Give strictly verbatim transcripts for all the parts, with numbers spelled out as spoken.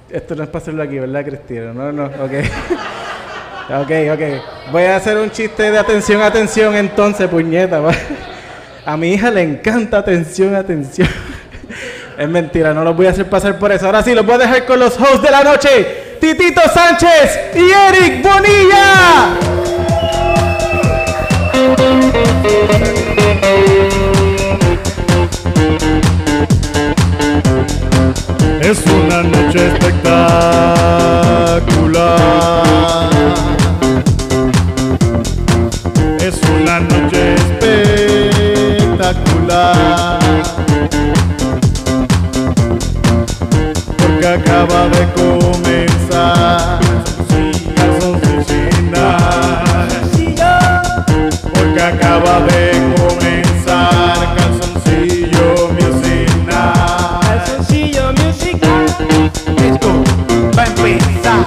Esto no es para hacerlo aquí, ¿verdad, Cristina? No, no, ok. Ok, ok. Voy a hacer un chiste de atención, atención, entonces, puñeta. A mi hija le encanta atención, atención. Es mentira, no los voy a hacer pasar por eso. Ahora sí, los voy a dejar con los hosts de la noche. Titito Sánchez y Eric Bonilla. Es una noche espectacular. Es una noche espectacular. Porque acaba de comenzar Calzoncillo Night. Porque acaba de comenzar Calzoncillo Music Night. Calzoncillo Music Night. Esto va a empezar,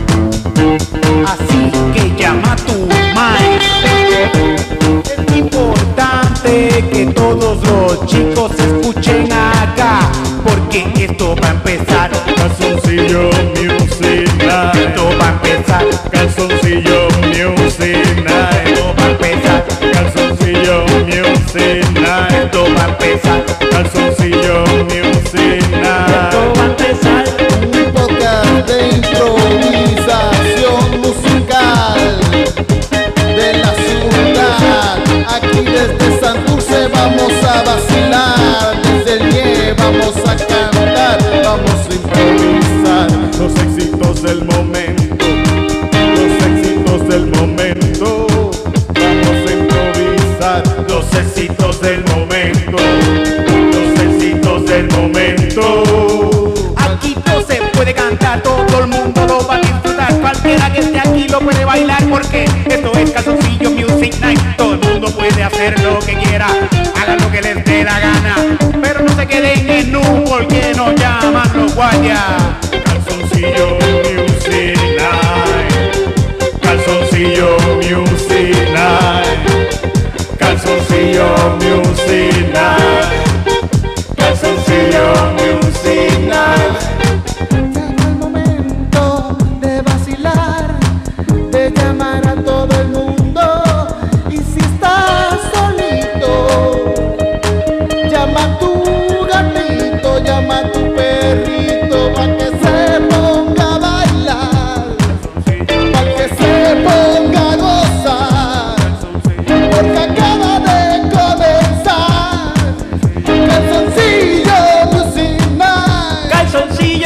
así que llama a tu madre. Es importante que todos los chicos escuchen acá, porque esto va a empezar. Calzoncillo Music Night. Esto va a empezar. Calzoncillo Music Night. Esto va a empezar. Calzoncillo Music Night. Esto va a empezar. Calzoncillo Music Night. Esto va a empezar. Un podcast de improvisación musical de la ciudad. Aquí desde Santurce vamos a vacilar, desde el Nie vamos a cantar, vamos a improvisar. Los éxitos del momento, los éxitos del momento, vamos a improvisar. Los éxitos del momento. Los éxitos del momento. Aquí no se puede cantar, todo el mundo lo va a disfrutar. Cualquiera que esté aquí lo puede bailar, porque esto es Calzoncillo Music Night. Todo el mundo puede hacer lo que quiera, hagan lo que les dé la gana, pero no se queden en un, porque nos llaman los guayas. Calzoncillo Music Night. Calzoncillo Music Night. Calzoncillo Music Night. Calzoncillo Music Night. Llega el momento de vacilar, de llamar a todo el mundo. Y si estás solito, llama a tu gatito, llama a tu perrito, para que se ponga a bailar, para que se ponga a gozar, porque acaba de comenzar Calzoncillo Music Night. Calzoncillo.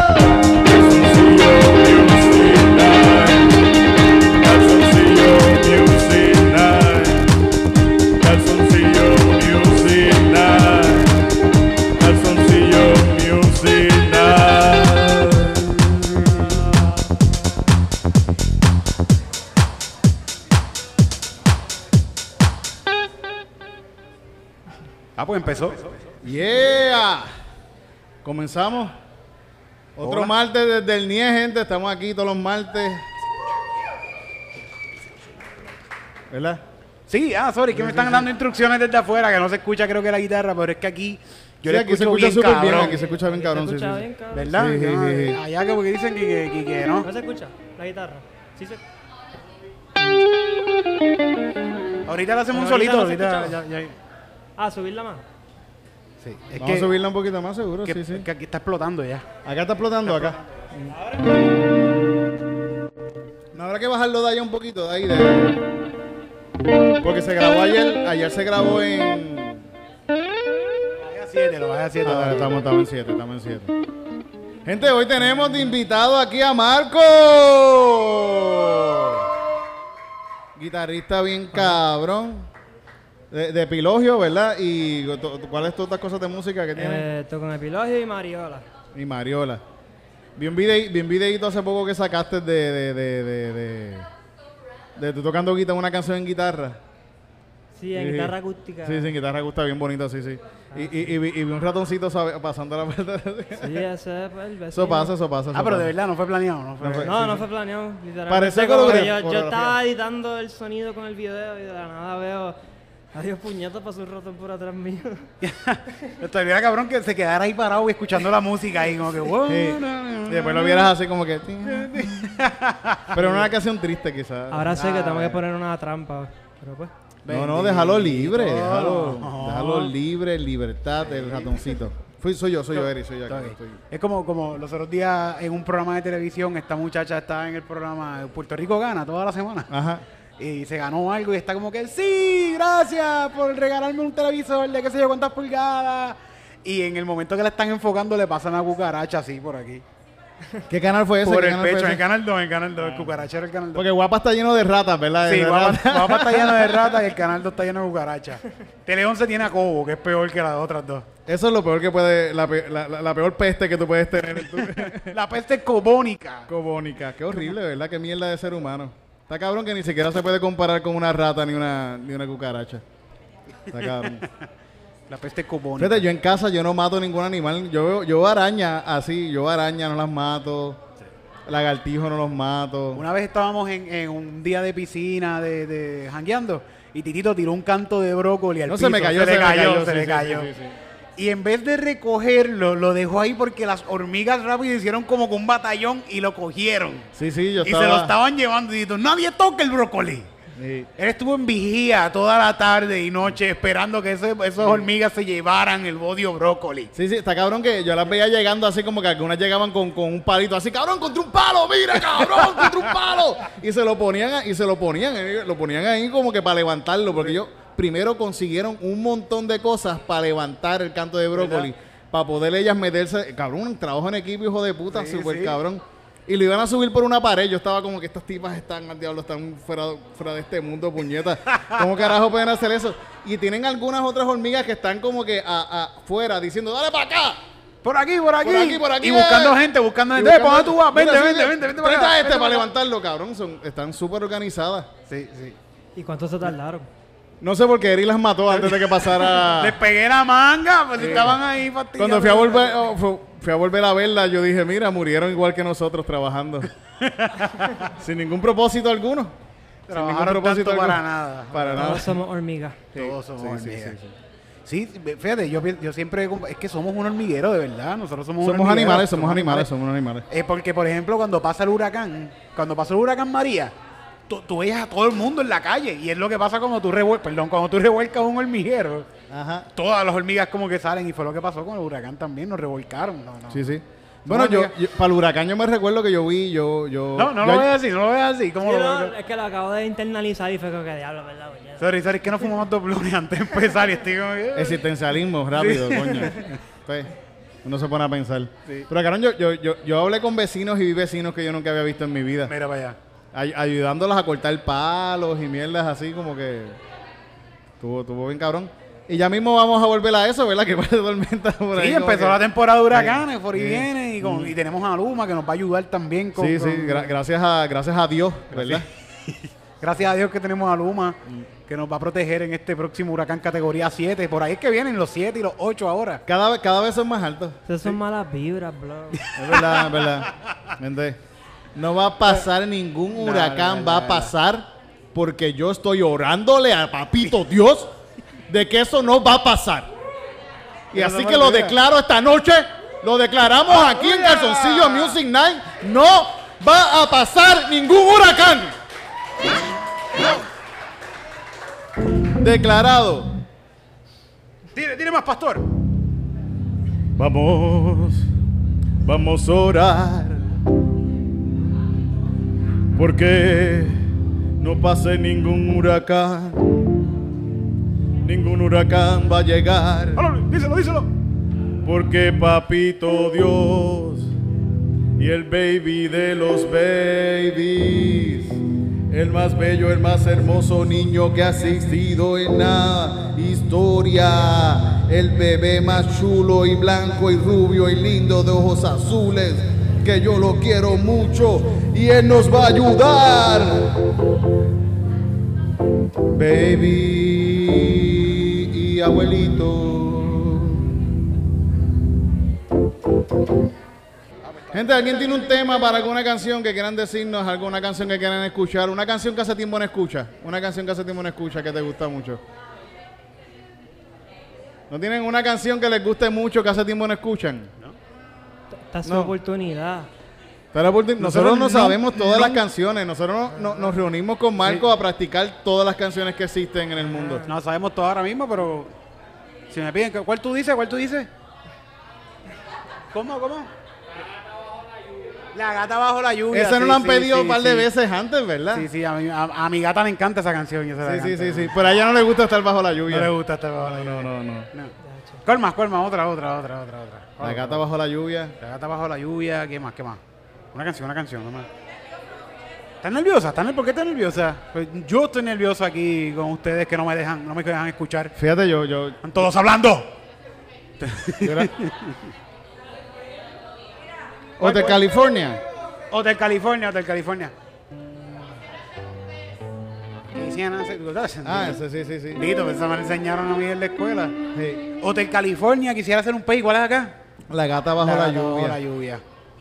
Calzoncillo Music Night. Calzoncillo Music Night. Calzoncillo Music Night. Ah, pues empezó. Yeah. Comenzamos. Otro Hola. martes desde el Nie, gente. Estamos aquí todos los martes. ¿Verdad? Sí, ah, sorry, que me están dando instrucciones desde afuera, que no se escucha creo que la guitarra, pero es que aquí yo Sí, le aquí se escucho escucha bien súper cabrón. bien. Aquí se escucha bien cabrón. Se Sí, escucha sí, sí. bien, cabrón. ¿Verdad? Sí, sí, No, sí, sí. allá que porque dicen que, que, que, que no. ¿No se escucha la guitarra? Sí se... Ahorita lo hacemos un Pero ahorita solito, no se ahorita escuchaba. ya, ya. Ah, subirla más. Sí, es Vamos que, a subirla un poquito más, seguro. que, sí, sí. que aquí está explotando ya. Acá está explotando, acá. No habrá que bajarlo de allá un poquito, de ahí. De... Porque se grabó ayer. Ayer se grabó en... Bajé a siete, lo bajé a siete. Ah, estamos, estamos en siete, estamos en siete. Gente, hoy tenemos de invitado aquí a Marco. Guitarrista bien cabrón. De, de Epilogio, ¿verdad? ¿Y to- cuáles son otras cosas de música que tienes? Eh, esto con Epilogio y Mariola. Y Mariola. Vi un, videi- vi un videito hace poco que sacaste de de, de, de, de, de tú tocando guitarra, una canción en guitarra. Sí, en Sí, guitarra sí. acústica. Sí, sí, en guitarra gusta bien bonito, sí, sí. Y, y, y, vi, y vi un ratoncito sabe- pasando la puerta. Sí, ese es el vecino. Eso pasa, eso pasa. Ah, eso pero de pasa. verdad no fue planeado, no fue. No fue- No, sí, no sí. fue planeado, literalmente. Parece como coreografía- que yo, yo coreografía. estaba editando el sonido con el video y de la nada veo... Adiós, puñetas, pasó un ratón por atrás mío. Estaría cabrón que se quedara ahí parado y escuchando la música ahí, como que, wow. Sí. Y después lo vieras así como que... Pero una canción triste quizás. Ahora sé que tengo Ah, que poner una trampa. Pero pues. No, no, déjalo libre. Bendito. Déjalo, No. déjalo libre, libertad del ratoncito. Fui, soy yo, soy yo, Eri, soy yo. Está aquí, bien. soy yo. Es como, como los otros días en un programa de televisión, esta muchacha está en el programa Puerto Rico Gana toda la semana. Ajá. Y se ganó algo y está como que, sí, gracias por regalarme un televisor de qué sé yo cuántas pulgadas. Y en el momento que la están enfocando le pasan a cucaracha así por aquí. ¿Qué canal fue ese? Por ¿Qué el canal fue pecho, en ese? el canal dos, en el canal dos, el cucaracha era el canal dos. Porque Guapa está lleno de ratas, ¿verdad? Sí, De Guapa, ratas. Guapa está lleno de ratas y el canal dos está lleno de cucaracha. Tele once tiene a Cobo, que es peor que las otras dos. Eso es lo peor que puede, la, pe- la, la- la peor peste que tú puedes tener en tu La peste cobónica. cobónica. Qué horrible, ¿verdad? Qué mierda de ser humano. Está cabrón que ni siquiera se puede comparar con una rata ni una, ni una cucaracha. Está cabrón. La peste cobónica. Fíjate, yo en casa yo no mato ningún animal. Yo veo, yo veo araña así, yo veo araña no las mato. Lagartijos no los mato. Una vez estábamos en, en un día de piscina, de, de jangueando, y Titito tiró un canto de brócoli al No, piso. se me cayó, se, le cayó, se sí, le sí, cayó. sí, sí, sí. Y en vez de recogerlo, lo dejó ahí porque las hormigas rápido hicieron como con un batallón y lo cogieron. Sí, sí, yo y estaba... se lo estaban llevando. Y Titito, nadie toque el brócoli. Sí. Él estuvo en vigía toda la tarde y noche esperando que ese- esas hormigas se llevaran el bodio brócoli. Sí, sí, está cabrón que yo las veía llegando así como que algunas llegaban con, con un palito así, cabrón, contra un palo, mira, cabrón, contra un palo. Y se lo ponían, a- y se lo ponían, eh, lo ponían ahí como que para levantarlo, porque ellos primero consiguieron un montón de cosas para levantar el canto de brócoli, para poder ellas meterse, cabrón, un trabajo en equipo, hijo de puta, Sí, súper sí. cabrón. Y lo iban a subir por una pared. Yo estaba como que estas tipas están al diablo, están fuera, fuera de este mundo, puñeta. ¿Cómo carajo pueden hacer eso? Y tienen algunas otras hormigas que están como que a- afuera diciendo, dale para acá. Por aquí, por aquí. Por aquí, por aquí. Y buscando eh. gente, buscando Y gente. Eh, ¿Por buscando- dónde tú vas? Vente, Mira, vente, sí, vente, vente para tráete acá. a este vente para acá. levantarlo, cabrón. Son, están súper organizadas. Sí, sí. ¿Y cuánto se tardaron? No sé por qué Eri las mató antes de que pasara. Les pegué la manga, pues estaban ahí fastidiando. Cuando fui a volver, oh, fu- fui a volver a verla, yo dije, mira, murieron igual que nosotros trabajando. Sin ningún propósito alguno. Sin ningún Trabajaron propósito tanto alguno. para nada. Para nada. Todos somos hormigas. Sí, Todos somos sí, sí, hormigas. sí, sí. Sí, fíjate, yo, pi- yo siempre... comp- Es que somos un hormiguero, de verdad. Nosotros somos un Somos hormiguero. animales, somos animales, somos animales. Eh, porque, por ejemplo, cuando pasa el huracán, cuando pasa el huracán María, tú, tú ves a todo el mundo en la calle. Y es lo que pasa cuando tú revuelcas, perdón, cuando tú revuelcas un hormiguero, Ajá. todas las hormigas como que salen. Y fue lo que pasó con el huracán también, nos revolcaron. No, no. Sí, sí. Bueno, yo, hormigas. yo- para el huracán yo me recuerdo que yo vi, yo, yo... No, no yo- lo veas así, no lo veas así. ¿Cómo Sí, lo no, veo? es que lo acabo de internalizar y fue como que diablo, ¿verdad? Oye? Sorry, sorry, es que no fumamos doblones antes de empezar y estoy como que... Existencialismo, rápido, coño. Pues, uno se pone a pensar. Sí. Pero, carón, yo, yo, yo, yo hablé con vecinos y vi vecinos que yo nunca había visto en mi vida. Mira para allá. Ay- ayudándolas a cortar palos y mierdas así como que... Tuvo, tuvo bien cabrón. Y ya mismo vamos a volver a eso, ¿verdad? Que parece tormenta por ahí. Sí, como empezó que- la temporada de huracanes, por ahí Sí. viene, y, con- y tenemos a Luma que nos va a ayudar también con... Sí, sí, con- gra- gracias, a, gracias a Dios, ¿verdad? Gracias a Dios que tenemos a Luma, que nos va a proteger en este próximo huracán categoría siete. Por ahí es que vienen los siete y los ocho ahora. Cada, vez- cada vez son más altos. Esas son malas vibras, bro. Es verdad, es verdad. Mente, no va a pasar ningún No, huracán, no, va no, a pasar porque yo estoy orándole a papito Dios de que eso no va a pasar. Y Eso así no que me lo olvida. declaro esta noche, lo declaramos aquí en Calzoncillo Music Night, no va a pasar ningún huracán. Declarado. Dile, dile más, pastor. Vamos, vamos a orar. Porque no pase ningún huracán. Ningún huracán va a llegar. Háblale, díselo, díselo. Porque papito Dios y el baby de los babies, El más bello, el más hermoso niño que ha existido en la historia. El bebé más chulo y blanco y rubio y lindo de ojos azules. Que yo lo quiero mucho y él nos va a ayudar. Baby y abuelito. Gente, ¿alguien tiene un tema para alguna canción que quieran decirnos? ¿Alguna canción que quieran escuchar? Una canción que hace tiempo no escucha. Una canción que hace tiempo no escucha que te gusta mucho. ¿No tienen una canción que les guste mucho que hace tiempo no escuchan? Esta es su No. oportunidad. Pero por último, nosotros, nosotros no sabemos todas no, las canciones. Nosotros no, no, nos reunimos con Marco sí. a practicar todas las canciones que existen en el mundo. No sabemos todo ahora mismo, pero si me piden, ¿cuál tú dices? ¿Cuál tú dices? ¿Cómo? ¿Cómo? La gata bajo la lluvia. Esa sí, nos la han sí, pedido sí, un par sí. de veces antes, ¿verdad? Sí, sí, a mi, a, a mi gata le encanta esa canción. Esa sí, sí, canta, sí, sí. Pero a ella no le gusta estar bajo la lluvia. No le gusta estar bajo la lluvia. No, no, no. no. ¿Cuál más? ¿Cuál más? Otra, otra, otra, otra, otra. La gata bajo la lluvia. La gata bajo la lluvia. ¿Qué más? ¿Qué más? Una canción, una canción, nomás. ¿Estás nerviosa? ¿Estás nerviosa? ¿Por qué estás nerviosa? Pues yo estoy nervioso aquí con ustedes que no me dejan, no me dejan escuchar. Fíjate, yo, yo. Están todos hablando. Hotel California. Hotel California, Hotel California. Ah, ese sí, sí, sí. Dito, esa me la enseñaron a mí en la escuela. Sí. Hotel California, quisiera hacer un país. ¿Cuál es acá? La gata bajo la, la, lluvia. Bajo la lluvia.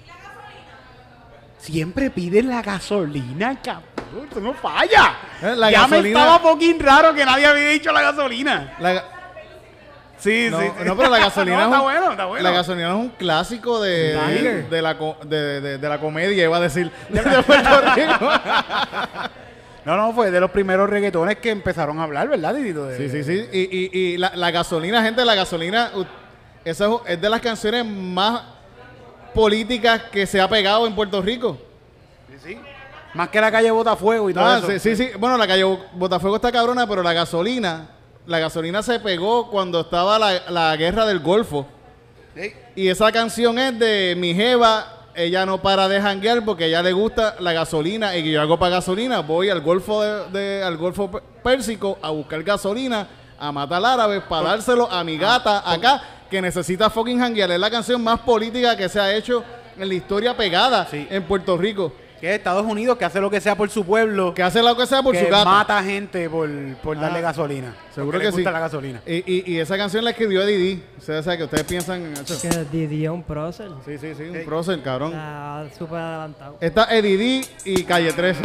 Siempre piden la gasolina, cabrón. Eso no falla. Eh, la ya gasolina... me estaba fucking raro que nadie había dicho la gasolina. La ga... Sí, no, sí. No, pero la gasolina no, es un, está bueno, está bueno. La gasolina es un clásico de, de, de, la, de, de, de la comedia, iba a decir, de, de Puerto Rico. No, no, fue de los primeros reggaetones que empezaron a hablar, ¿verdad, Didito? Sí, sí, sí. Y, y, y la, la gasolina, gente, la gasolina, esa es de las canciones más políticas que se ha pegado en Puerto Rico. Sí, sí. Más que la calle Botafuego y todo ah, eso. Sí, sí, sí. Bueno, la calle Botafuego está cabrona, pero la gasolina, la gasolina se pegó cuando estaba la, la guerra del Golfo. Sí. Y esa canción es de mi jeva. Ella no para de janguear porque a ella le gusta la gasolina y que yo hago para gasolina. Voy al Golfo de, de al Golfo Pérsico a buscar gasolina, a matar árabes para dárselo a mi gata acá que necesita fucking janguear. Es la canción más política que se ha hecho en la historia pegada sí. en Puerto Rico. Que es Estados Unidos, que hace lo que sea por su pueblo. Que hace lo que sea por que su gata. mata gente por, por ah, darle gasolina. Seguro que le gusta sí. la gasolina. Y, y, y esa canción la escribió Eddie D. Ustedes saben que ustedes piensan en eso. Que Didi es un prócer. Sí, sí, sí, un sí. prócer, cabrón. Está súper adelantado. Está Eddie D y Calle trece.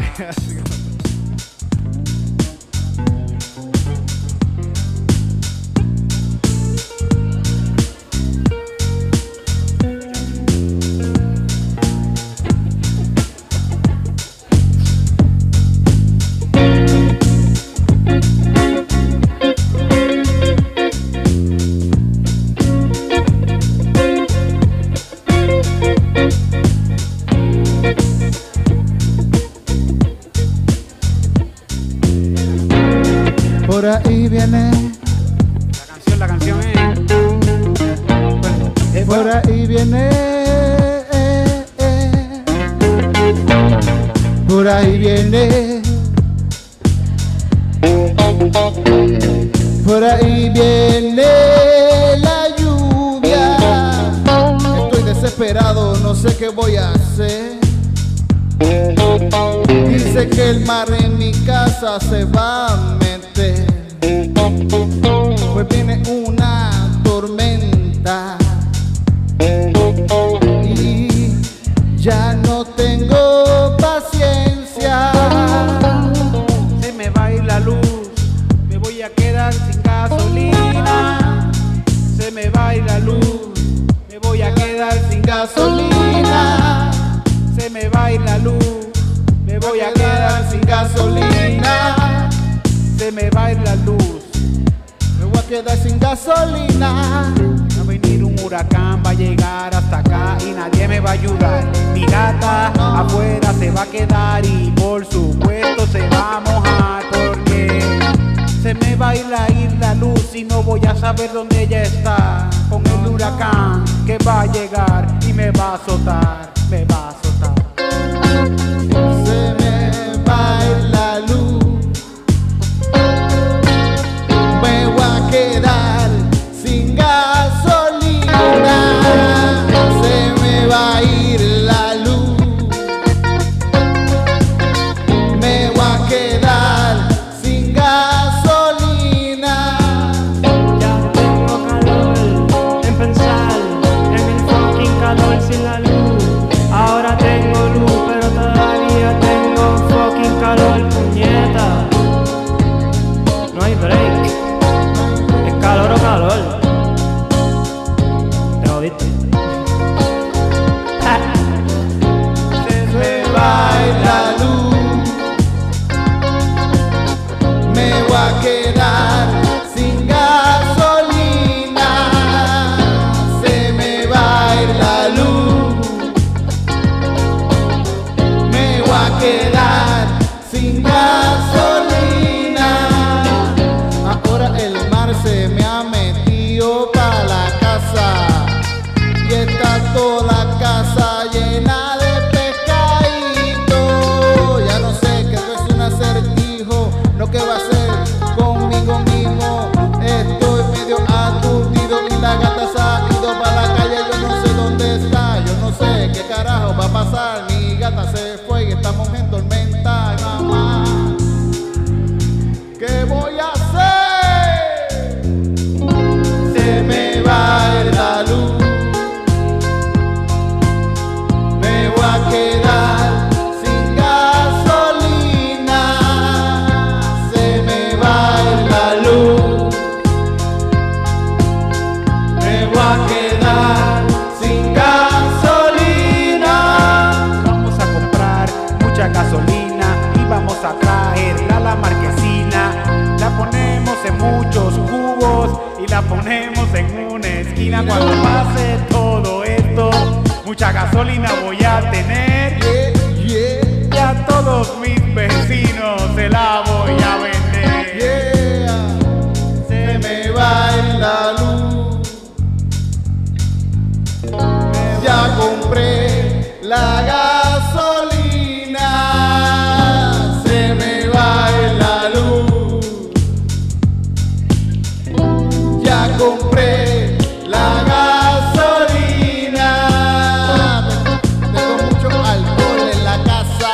Por ahí viene. La canción, la canción es. Bueno, es por bueno. ahí viene. Eh, eh. Por ahí viene. Por ahí viene la lluvia. Estoy desesperado, no sé qué voy a hacer. Dice que el mar en mi casa se va a meter. Pues viene una tormenta y ya no tengo paciencia. Se me va a ir la luz, me voy a quedar sin gasolina. Se me va a ir la luz, me voy a quedar sin gasolina. Se me va a ir la luz, me voy a quedar sin gasolina. Se me va a ir la luz, me voy a quedar sin gasolina. Va a venir un huracán, va a llegar hasta acá y nadie me va a ayudar. Mi gata afuera se va a quedar y por supuesto se va a mojar porque se me va a ir la, ir la luz y no voy a saber dónde ella está. Con el huracán que va a llegar y me va a azotar, me va a azotar. Se me va a ir la luz, me voy a quedar sin gasolina. Se me va a ir la luz, me voy a quedar sin gasolina. Ya tengo calor en pensar en el fucking calor sin la luz. Ahora pasar. Mi gata se fue y estamos en tormenta. Ay, mamá, ¿qué voy a hacer? Se me va a ir la luz. Me voy a quedar sin gasolina. Se me va a ir la luz. Me voy a quedar sin gasolina. Vamos a comprar mucha gasolina y vamos a traerla a la marquesina. La ponemos en muchos cubos y la ponemos en una esquina. Cuando pase todo esto, mucha gasolina voy a tener. Yeah, yeah, Y a todos mis vecinos se la voy a vender. yeah. Se me va a ir la luz. Ya compré la gasolina. Se me va a ir la luz. Ya compré la gasolina. Tengo mucho alcohol en la casa.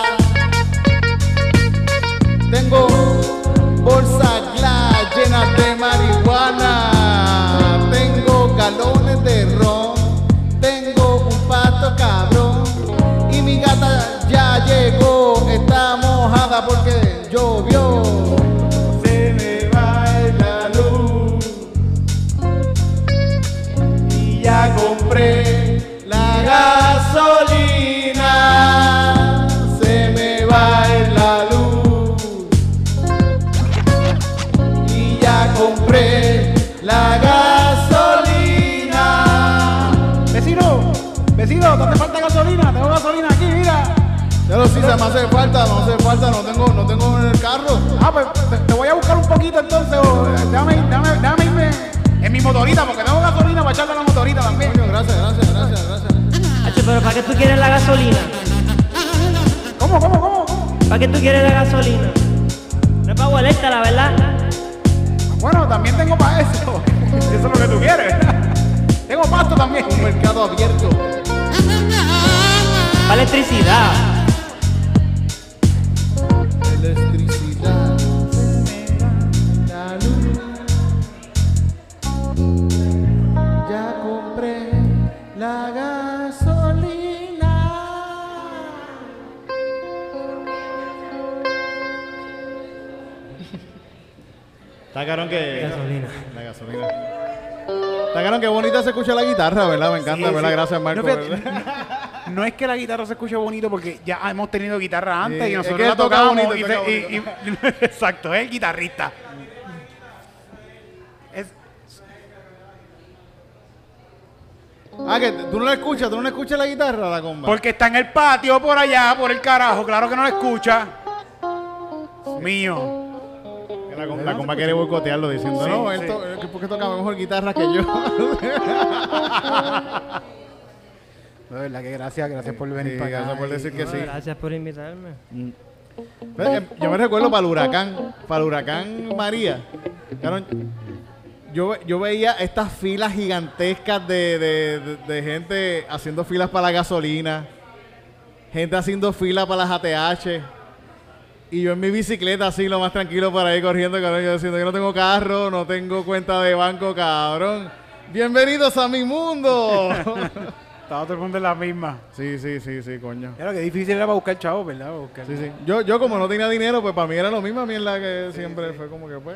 Tengo bolsas glass llenas de marihuana. Tengo galones de ron. Tengo un pato cabrón. Y mi gata ya llegó. Está mojada porque llovió. Se me va a ir la luz. Y ya compré la gasolina. Se me va a ir la luz. Y ya compré la gasolina. Vecino, vecino, ¿te hace falta gasolina? Tengo gasolina aquí, mira. Ya lo sí, se me hace falta, no hace falta, no tengo, no tengo en el carro. Ah, pues te, te voy a buscar un poquito entonces. O, eh, déjame, déjame, déjame irme en mi motorita, porque tengo gasolina para echarle a la motorita también. Coño, gracias, gracias, gracias, gracias. Hacho, pero ¿para qué tú quieres la gasolina? ¿Cómo, cómo, cómo? cómo? ¿Para qué tú quieres la gasolina? No es para boleta, la verdad. Bueno, también tengo para eso. Eso es lo que tú quieres. Tengo pasto también. Un mercado abierto. Para electricidad. Electricidad. La luz. Ya compré la gasolina. Está cabrón que... Gasolina. La gasolina. Está cabrón que bonita se escucha la guitarra, ¿verdad? Me encanta, Sí, ¿verdad? sí. Gracias, Marco. No, fíjate, ¿verdad? No es que la guitarra se escuche bonito porque ya hemos tenido guitarra antes Sí, y es nosotros que la él toca tocamos bonito, y, toca se- y- y- exacto, es el guitarrista. Es- Ah, que tú no la escuchas, tú no la escuchas la guitarra, la comba. porque está en el patio por allá, por el carajo, claro que no la escucha. Mío. La, com- la comba quiere boicotearlo diciendo, Sí, no, sí. él to- él- ¿por qué toca mejor guitarra que yo? De verdad que gracias, gracias por venir Sí, para acá. gracias por y- decir que No, sí. Gracias por invitarme. Pues, eh, Yo me recuerdo para el huracán, para el huracán María. Cabrón, yo, ve- yo veía estas filas gigantescas de, de- de- de gente haciendo filas para la gasolina, gente haciendo filas para las A T H. Y yo en mi bicicleta así, lo más tranquilo por ahí corriendo, cabrón, yo diciendo, yo no tengo carro, no tengo cuenta de banco, cabrón. Bienvenidos a mi mundo. Estaba todo el mundo en la misma. Sí, sí, sí, sí, coño. Era que difícil era para buscar chavos, ¿verdad? Para buscar- Sí, sí. Yo, yo como no tenía dinero, pues para mí era lo mismo mierda que siempre fue como que pues.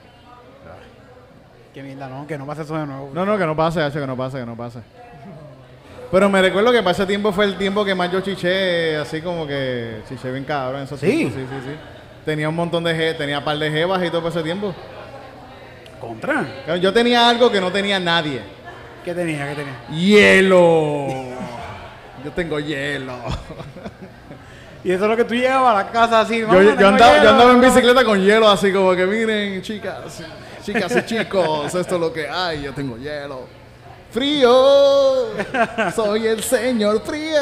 Qué mierda, no, que no pase eso de nuevo. No, no, que no pase, Hacho, que no pase, que no pase. Pero me recuerdo que para ese tiempo fue el tiempo que más yo chiché, así como que chiché bien cabrón en esos ¿Sí? tiempos. Sí, sí, sí. Tenía un montón de je tenía un par de jevas y todo por ese tiempo. ¿Contra? Claro, yo tenía algo que no tenía nadie. ¿Qué tenía? ¿Qué tenía? ¡Hielo! Yo tengo hielo. Y eso es lo que tú llegabas a la casa así. Yo, "Mamá, yo tengo andaba, yo hielo". andaba en bicicleta con hielo, así como que miren, chicas, chicas y chicos, esto es lo que hay, yo tengo hielo. ¡Frío! Soy el señor frío.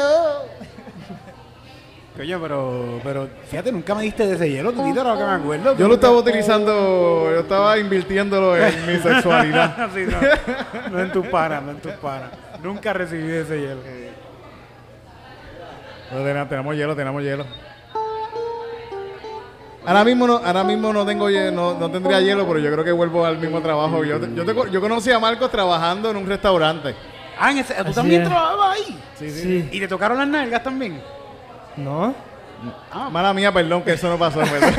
Coño, pero, pero fíjate, nunca me diste de ese hielo, tú ahora que me acuerdo. Yo lo estaba utilizando, yo estaba invirtiéndolo en mi sexualidad. Sí, no, no en tus panas, no en tus panas. Nunca recibí de ese hielo. Pero ten- tenemos hielo, tenemos hielo. Ahora mismo no, ahora mismo no tengo hielo, no, no tendría hielo, pero yo creo que vuelvo al mismo trabajo. Yo, te- yo, te co- yo conocí a Marcos trabajando en un restaurante. Ah, en ese, tú Así también es. trabajabas ahí. Sí, sí. Sí. ¿Y te tocaron las nalgas también? ¿No? Mala mía, perdón, que eso no pasó. ¿Verdad?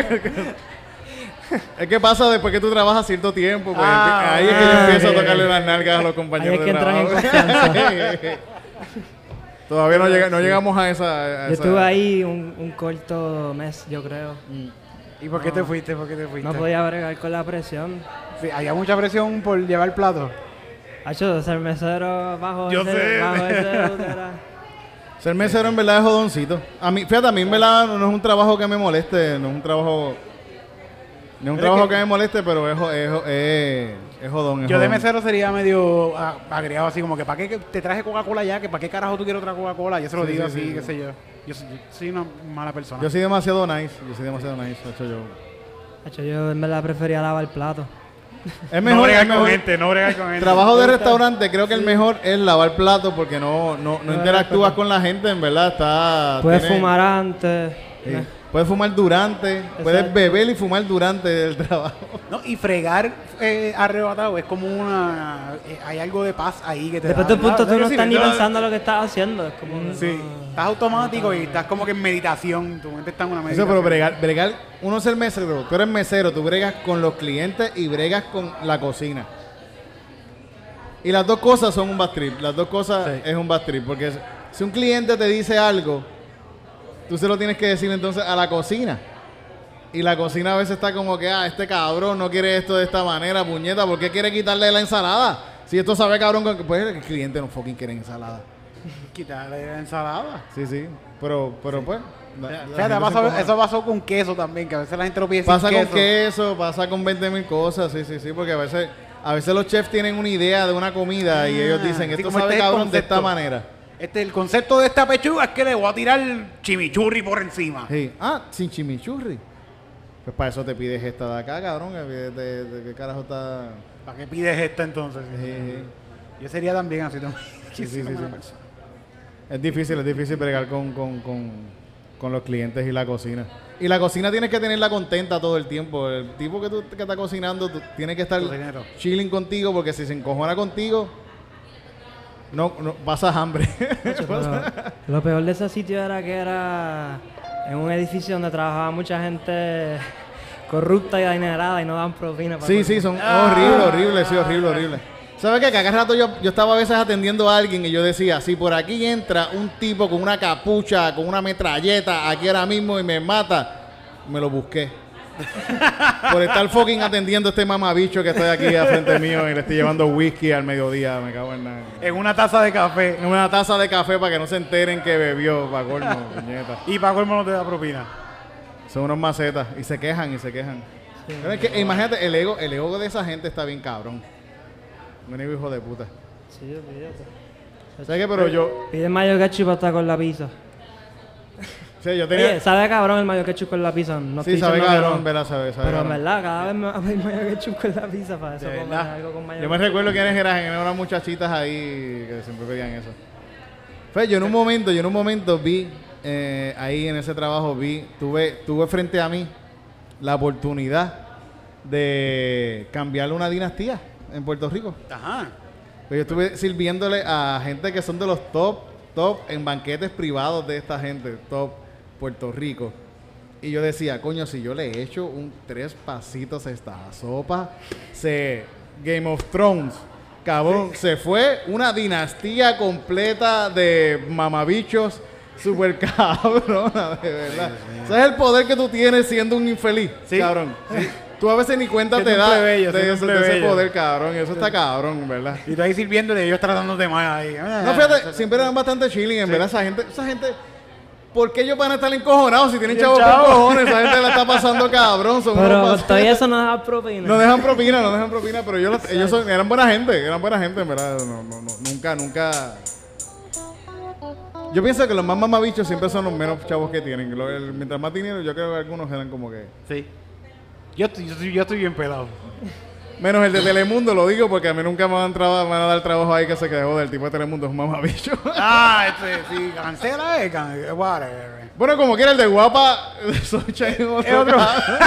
Es que pasa después que tú trabajas cierto tiempo, pues Ah, ahí es que yo ah, empiezo ok. a tocarle las nalgas a los compañeros Ahí es que de entran en trabajo. confianza. Todavía no, llega, no llegamos a esa... a Yo esa- estuve ahí un, un corto mes, yo creo. ¿Y por qué te fuiste? ¿Por qué te fuiste? No podía bregar con la presión. Sí, había mucha presión por llevar plato. Hacho, ser mesero bajo Yo ese, sé. bajo ese era- Ser mesero en verdad es jodoncito. A mí, fíjate, a mí en verdad no es un trabajo que me moleste, no es un trabajo... No es un Pero trabajo es que, que- me moleste, pero es, jo- es, jo- es, es jodón. Es Yo de jodón. mesero sería medio ah, agregado así como que ¿para qué te traje Coca-Cola ya? Que ¿para qué carajo tú quieres otra Coca-Cola? Yo se lo Sí, digo sí, así, sí, qué sí. sé yo. Yo soy, yo soy una mala persona. Yo soy demasiado nice, yo soy demasiado nice, hecho yo. Hacho, yo en verdad prefería lavar plato. Es no mejor, bregar es con mejor. gente, no bregar con gente. Trabajo de restaurante, creo que el mejor es lavar platos porque no, no, no No, interactúas no, con la gente, en verdad. Está, Puedes tiene- fumar antes. sí. Puedes fumar durante, puedes Exacto. beber y fumar durante el trabajo. No, y fregar eh, arrebatado es como una... eh, hay algo de paz ahí que te Después da. de un punto ¿sabes tú no qué estás ni sirve? pensando lo que estás haciendo. Es como que Sí, no- estás automático y estás como que en meditación. Tu mente está en una Eso, meditación. pero bregar, bregar, uno es el mesero, tú eres mesero, tú bregas con los clientes y bregas con la cocina. Y las dos cosas son un bad trip, las dos cosas Sí. es un bad trip, porque si un cliente te dice algo, tú se lo tienes que decir entonces a la cocina. Y la cocina a veces está como que, ah, este cabrón no quiere esto de esta manera, puñeta, ¿por qué quiere quitarle la ensalada? Si esto sabe cabrón, con- pues el cliente no fucking quiere ensalada. Quitarle la ensalada. Sí, sí, pero, pero pues... la- la Fíjate, gente pasó- se encojona. eso pasó con queso también, que a veces la gente lo pide sin Pasa con queso. queso, pasa con veinte mil cosas, sí, sí, sí, porque a veces, a veces los chefs tienen una idea de una comida y ellos dicen, así esto como sabe este es el cabrón de esta concepto. manera. Este, el concepto de esta pechuga es que le voy a tirar chimichurri por encima. Sí. Ah, sin chimichurri. Pues para eso te pides esta de acá, cabrón, que de, de- de qué carajo está... ¿Para qué pides esta entonces? Sí, sí. Yo sería también así también. Sí, sí, sí, sí. Es difícil, es difícil bregar con, con, con, con los clientes y la cocina. Y la cocina tienes que tenerla contenta todo el tiempo. El tipo que tú que está cocinando tú, tiene que estar Cocinero. chilling contigo porque si se encojona contigo, no, no pasas hambre. Hacho, pero lo peor de ese sitio era que era en un edificio donde trabajaba mucha gente corrupta y adinerada y no dan propina. para Sí, comer. sí, son horribles, horribles, sí, horrible, horrible. ¿Sabes qué? Que a cada rato yo, yo estaba a veces atendiendo a alguien y yo decía, si por aquí entra un tipo con una capucha, con una metralleta aquí ahora mismo y me mata, me lo busqué. Por estar fucking atendiendo a este mamabicho que estoy aquí al frente mío y le estoy llevando whisky al mediodía, me cago en nada. En una taza de café. En una taza de café para que no se enteren que bebió, para colmo, puñeta. Y para colmo no te da propina. Son unos macetas y se quejan y se quejan. Pero es que, imagínate, el ego, el ego de esa gente está bien cabrón. Un ego hijo de puta. Sí, olvídate. ¿Sabes qué? Pero yo, Pide mayo ketchup hasta con la pizza. sí, yo tenía... Oye, sabe cabrón el mayo ketchup con la pizza. No sí, estoy sabe diciendo que cabrón, no. ¿verdad? Sabe, sabe Pero en cabrón. verdad, cada vez me va a pedir mayo ketchup con la pizza para eso. De comer verdad. algo con mayo Yo me ketchup. recuerdo quiénes eran, eran unas muchachitas ahí que siempre pedían eso. Fue, yo en un momento, yo en un momento vi, eh, ahí en ese trabajo vi, tuve, tuve frente a mí la oportunidad de cambiarle una dinastía en Puerto Rico. Ajá. Pues yo estuve sirviéndole a gente que son de los top, top en banquetes privados de esta gente, top Puerto Rico. Y yo decía, coño, si yo le echo un tres pasitos a esta sopa, se Game of Thrones, cabrón, se fue una dinastía completa de mamabichos super cabrona, de verdad. ¿Sabes el poder que tú tienes siendo un infeliz, Sí. cabrón? Tú a veces ni cuenta Siendo te un das plebeyo, de, siendo ese- un de ese plebeyo. poder, cabrón. Y eso está cabrón, ¿verdad? Y tú ahí sirviéndole y ellos tratándote mal ahí. No, fíjate, siempre eran bastante chilling, en verdad. Esa gente, esa gente, ¿por qué ellos van a estar encojonados si tienen Bien chavos chavo. por cojones? Esa gente la está pasando cabrón. Son Pero unos con pas- todo eso no da propina. no dejan propina, no dejan propina, pero ellos, los- ellos son, eran buena gente, eran buena gente, en verdad. No, no, no, nunca, nunca. Yo pienso que los más mamabichos siempre son los menos chavos que tienen. Lo- el- mientras más dinero, yo creo que algunos eran como que. Sí. Yo estoy, yo estoy, yo estoy bien pelado. Menos el de Telemundo, lo digo porque a mí nunca me van, traba, me van a dar trabajo ahí que se quedó del tipo de Telemundo, es un mamabicho. Ah, este, sí, cancela, eh, can, whatever. Bueno, como quiera, el de Guapa, Socha en otro. Es otro.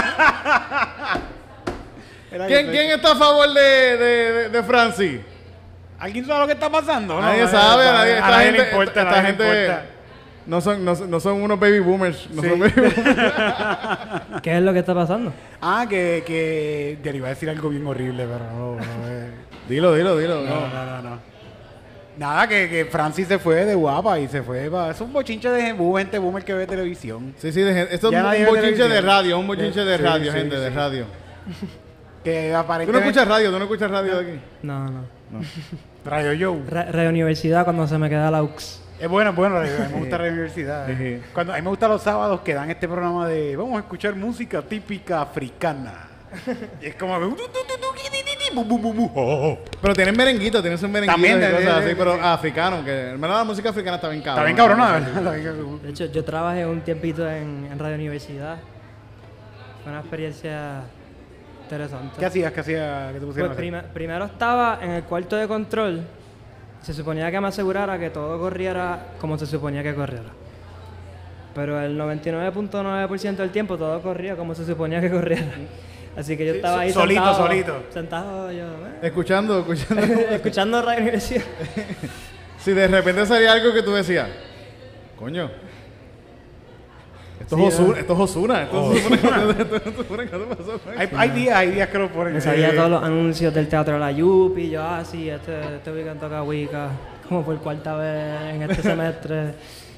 ¿Quién, ¿Quién está a favor de, de, de, de Francis? ¿Alguien sabe lo que está pasando? Nadie no, sabe, a nadie, esta a nadie gente, le importa, esta, a nadie le gente importa. no son, no, son- no son unos baby boomers, no Sí. son baby boomers. ¿Qué es lo que está pasando? Ah, que, que... Ya le iba a decir algo bien horrible, pero no, no, eh. Dilo, dilo, dilo. no, no, no, no. Nada, que, que Francis se fue de Guapa y se fue para... Es un bochinche de bu- gente boomer que ve televisión. Sí, sí, de gente- esto Ya es nadie un ve bochinche de televisión. radio, un bochinche de Sí, radio, sí, gente, sí. de radio. Que ¿Tú no aparentemente... escuchas radio? ¿Tú no escuchas radio de aquí? No, no. Radio Joe. Ra- Radio Universidad cuando se me queda la U X. Es bueno, es bueno, a mí me gusta la universidad. Sí. Cuando, a mí me gusta los sábados que dan este programa de vamos a escuchar música típica africana. Y es como... bu, bu, bu, bu, oh, oh. Pero tienen merenguito, tienen sus merenguitos También, y de- cosas de- así, de- pero de- africano, que hermano la música africana está bien Está cabrón. bien cabrona, ¿verdad? Está bien cabrona. De hecho, yo trabajé un tiempito en, en Radio Universidad. Fue una experiencia interesante. ¿Qué hacías? ¿Qué hacías? ¿Qué te Pues pusieron a hacer? prima- primero estaba en el cuarto de control. Se suponía que me asegurara que todo corriera como se suponía que corriera. Pero el noventa y nueve punto nueve por ciento del tiempo todo corría como se suponía que corriera. Así que yo estaba ahí solito, sentado, solito. sentado yo, eh, Escuchando, escuchando. escuchando Radio Universidad. Si de repente salía algo que tú decías, coño, esto Sí, es Ozuna, ¿no? esto es Ozuna, esto es Ozuna, esto es Ozuna, ¿qué te pasó? Hay, hay días, hay días que lo ponen. Me sabía Eh, todos los anuncios del Teatro de la Yupi. Yo, ah, sí, este, este weekend toca Wicca. Como por cuarta vez en este semestre.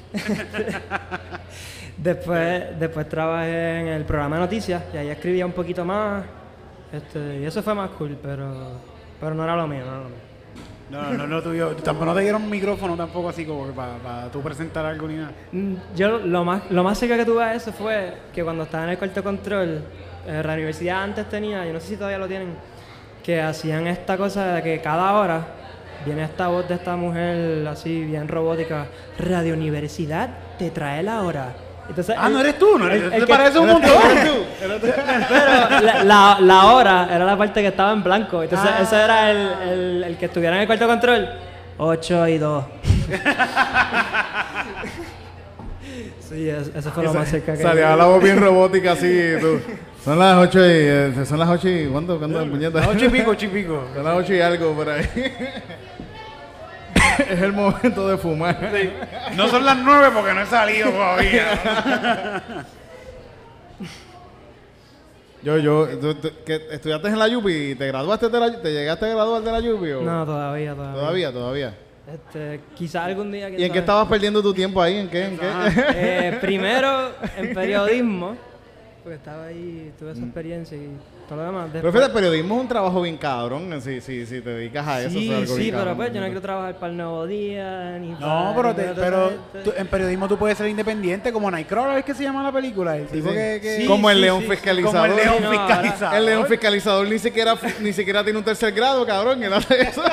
después, después trabajé en el programa de noticias y ahí escribía un poquito más. Este, y eso fue más cool, pero, pero no era lo mío, no era lo mío. No, no, no, tú, yo, tampoco no te dieron micrófono tampoco así como que para, para tú presentar algo ni nada. Mm, Yo lo más, lo más cerca que tuve a eso fue que cuando estaba en el cuarto de control, eh, la universidad antes tenía, yo no sé si todavía lo tienen, que hacían esta cosa de que cada hora viene esta voz de esta mujer así bien robótica, Radio Universidad te trae la hora. Entonces, Ah, el- no eres tú, no el- eres, el te que- parece un montón. Pero la, la, la hora era la parte que estaba en blanco. Entonces, Ah. ese era el, el, el que estuviera en el cuarto de control. ocho y dos. Sí, es- eso fue lo más cerca que... Salía la voz bien robótica así, tú. Son las ocho y, eh, son las ocho y, ¿cuánto? ¿Cuándo, puñeta? Ocho y pico, ocho y pico. Son las ocho y algo por ahí. Es el momento de fumar. No son las nueve porque no he salido todavía. Yo, yo, tú- tú- que ¿estudiaste en la Yupi? ¿Te graduaste de la ¿Te llegaste a graduar de la Yupi? O? No, todavía, todavía. Todavía, todavía. Este, quizás algún día... quién ¿Y en qué sabe. estabas perdiendo tu tiempo ahí? ¿En qué? ¿En qué? Eh, primero en periodismo, porque estaba ahí, tuve esa Mm. experiencia y todo lo demás. Pero Después- fíjate, periodismo es un trabajo bien cabrón. Si, si, si te dedicas a eso, sí, es algo sí, bien pero cabrón. pues yo no quiero trabajar para el Nuevo Día, ni No, para- pero, ni te- para toda pero esa gente. tú- en periodismo tú puedes ser independiente, como Nightcrawler, ¿es que se llama la película? El tipo Sí. que, que- Sí, Como el sí, león sí, fiscalizador. como el león Sí, no, fiscalizador. El león fiscalizador ni siquiera, ni siquiera tiene un tercer grado, cabrón. Él hace eso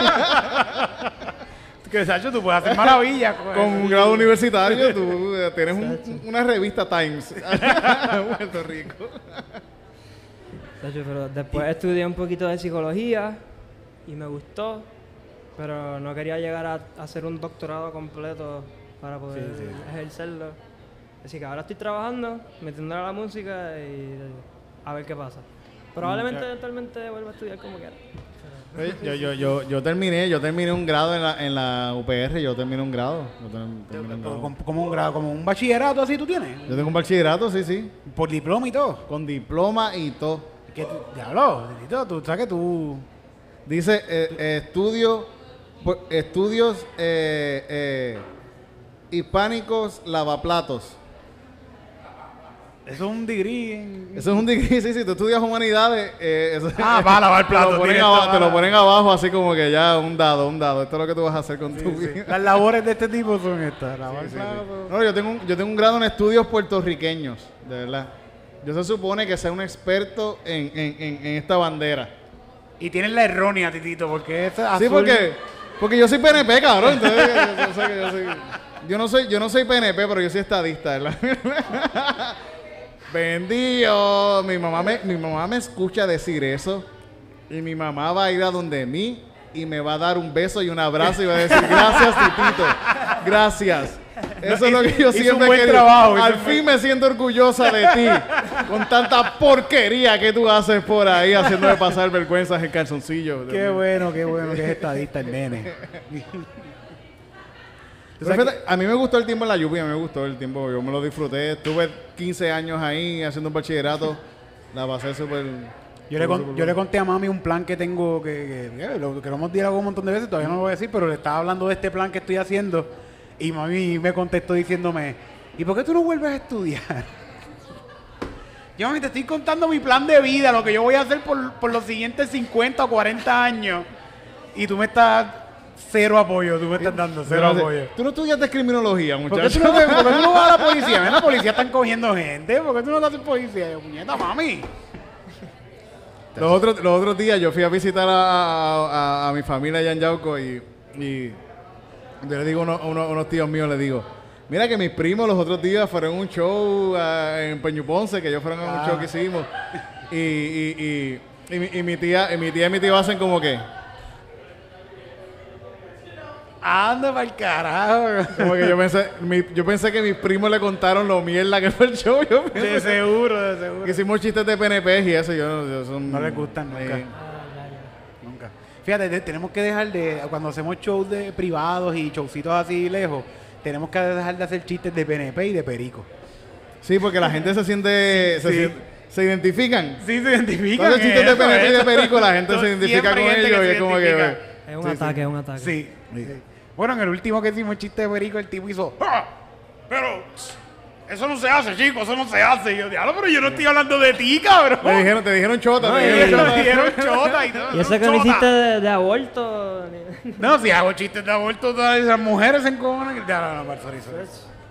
Que, Sacho, tú puedes hacer maravillas con, con un grado universitario. Tú eh, tienes un- una revista Times en Puerto Rico. Tacho, pero después estudié un poquito de psicología y me gustó, pero no quería llegar a, a hacer un doctorado completo para poder ejercerlo. Así que ahora estoy trabajando, metiéndole a la música y a ver qué pasa. Probablemente eventualmente vuelva a estudiar como quiera. Oye, Yo, yo, yo, yo terminé, yo terminé un grado en la, en la U P R, yo terminé un grado. Yo, ter- terminé un grado. como, como un grado, como un bachillerato así tú tienes. Yo tengo un bachillerato, sí, sí. Por diploma y todo. Con diploma y todo. ¿Qué tú- Diablo, Tito, tú sabes que tú... Dice eh, eh, estudio, pu- estudios eh, eh, hispánicos lavaplatos. Eso es un degree en... Eso es un degree, sí, sí, tú estudias humanidades. Eh, eso- Ah, va a lavar platos, Te lo, ponen directo, aba- va te a- lo ponen abajo así como que ya un dado, un dado. Esto es lo que tú vas a hacer con tu Sí. vida. Las labores de este tipo son estas. Lavar Sí, sí. platos. No, yo tengo, un, yo tengo un grado en estudios puertorriqueños, de verdad. Yo se supone que sea un experto en, en, en, en esta bandera. Y tienes la errónea, Titito, porque es Sí, azul. porque, porque yo soy P N P, cabrón. Entonces, yo, yo sé que yo, soy, yo no soy, yo no soy P N P, pero yo soy estadista, ¿verdad? Bendito. Mi mamá me, mi mamá me escucha decir eso y mi mamá va a ir a donde mí y me va a dar un beso y un abrazo y va a decir, gracias, Titito, gracias. Eso es lo que yo hizo siempre un buen he querido. trabajo, Al hizo un fin me siento orgullosa de ti, con tanta porquería que tú haces por ahí, haciéndome pasar vergüenzas en calzoncillo. Qué bueno, qué bueno que es estadista el nene. Pero fíjate, a mí me gustó el tiempo en la lluvia, me gustó el tiempo, yo me lo disfruté. Estuve quince años ahí haciendo un bachillerato, la pasé súper... Yo le, con- yo le conté a mami un plan que tengo que, que, que lo, que lo hemos dialogado un montón de veces, todavía no lo voy a decir, pero le estaba hablando de este plan que estoy haciendo y mami me contestó diciéndome, ¿y por qué tú no vuelves a estudiar? Yo, mami, te estoy contando mi plan de vida, lo que yo voy a hacer por, por los siguientes cincuenta o cuarenta años y tú me estás cero apoyo, tú me estás dando cero apoyo. Tú no estudiaste criminología, ¿Por qué muchacho. tú no, te- por qué tú no vas a la policía? Ven, la policía están cogiendo gente, ¿por qué tú no te haces policía? Yo, puñeta, mami. Los otros, los otros días yo fui a visitar a, a- a- a mi familia allá en Yauco y, y yo le digo a uno- a uno- a unos tíos míos, le digo, mira que mis primos los otros días fueron a un show ah, en Peñu Ponce, que ellos fueron a un Ah. show que hicimos. Y, y, y, y mi, y mi tía y mi tía y mi tío hacen como que, Anda pa'l carajo. como que yo pensé, mi- yo pensé que mis primos le contaron lo mierda que fue el show. Yo De pensé seguro, de seguro. que hicimos chistes de P N P y eso, yo no, yo son, No les gustan nunca. eh, Nunca. Fíjate, te- tenemos que dejar de, cuando hacemos shows de privados y showcitos así lejos, tenemos que dejar de hacer chistes de P N P y de perico. sí, porque la gente se siente, se, Sí. siente- se identifican. Sí, se identifican. Cuando chistes de eso, P N P y de eso. perico, la gente se identifica Siempre con hay gente ellos que y se es como que... identifica. Es un Sí, ataque, es un ataque. Sí. sí. Bueno, en el último que hicimos chiste de perico, el tipo hizo, "Ah, pero eso no se hace, chicos, eso no se hace." Y yo, diablo, pero yo no estoy hablando de ti, cabrón. Me dijeron, te dijeron chota. No, te y- dijeron Ellos chota. me dijeron chota y todo. Y eso que no hiciste de, de aborto. ni- No, si hago chistes de aborto, todas esas mujeres se encojonan. Ya, no, no, para sorry, sorry.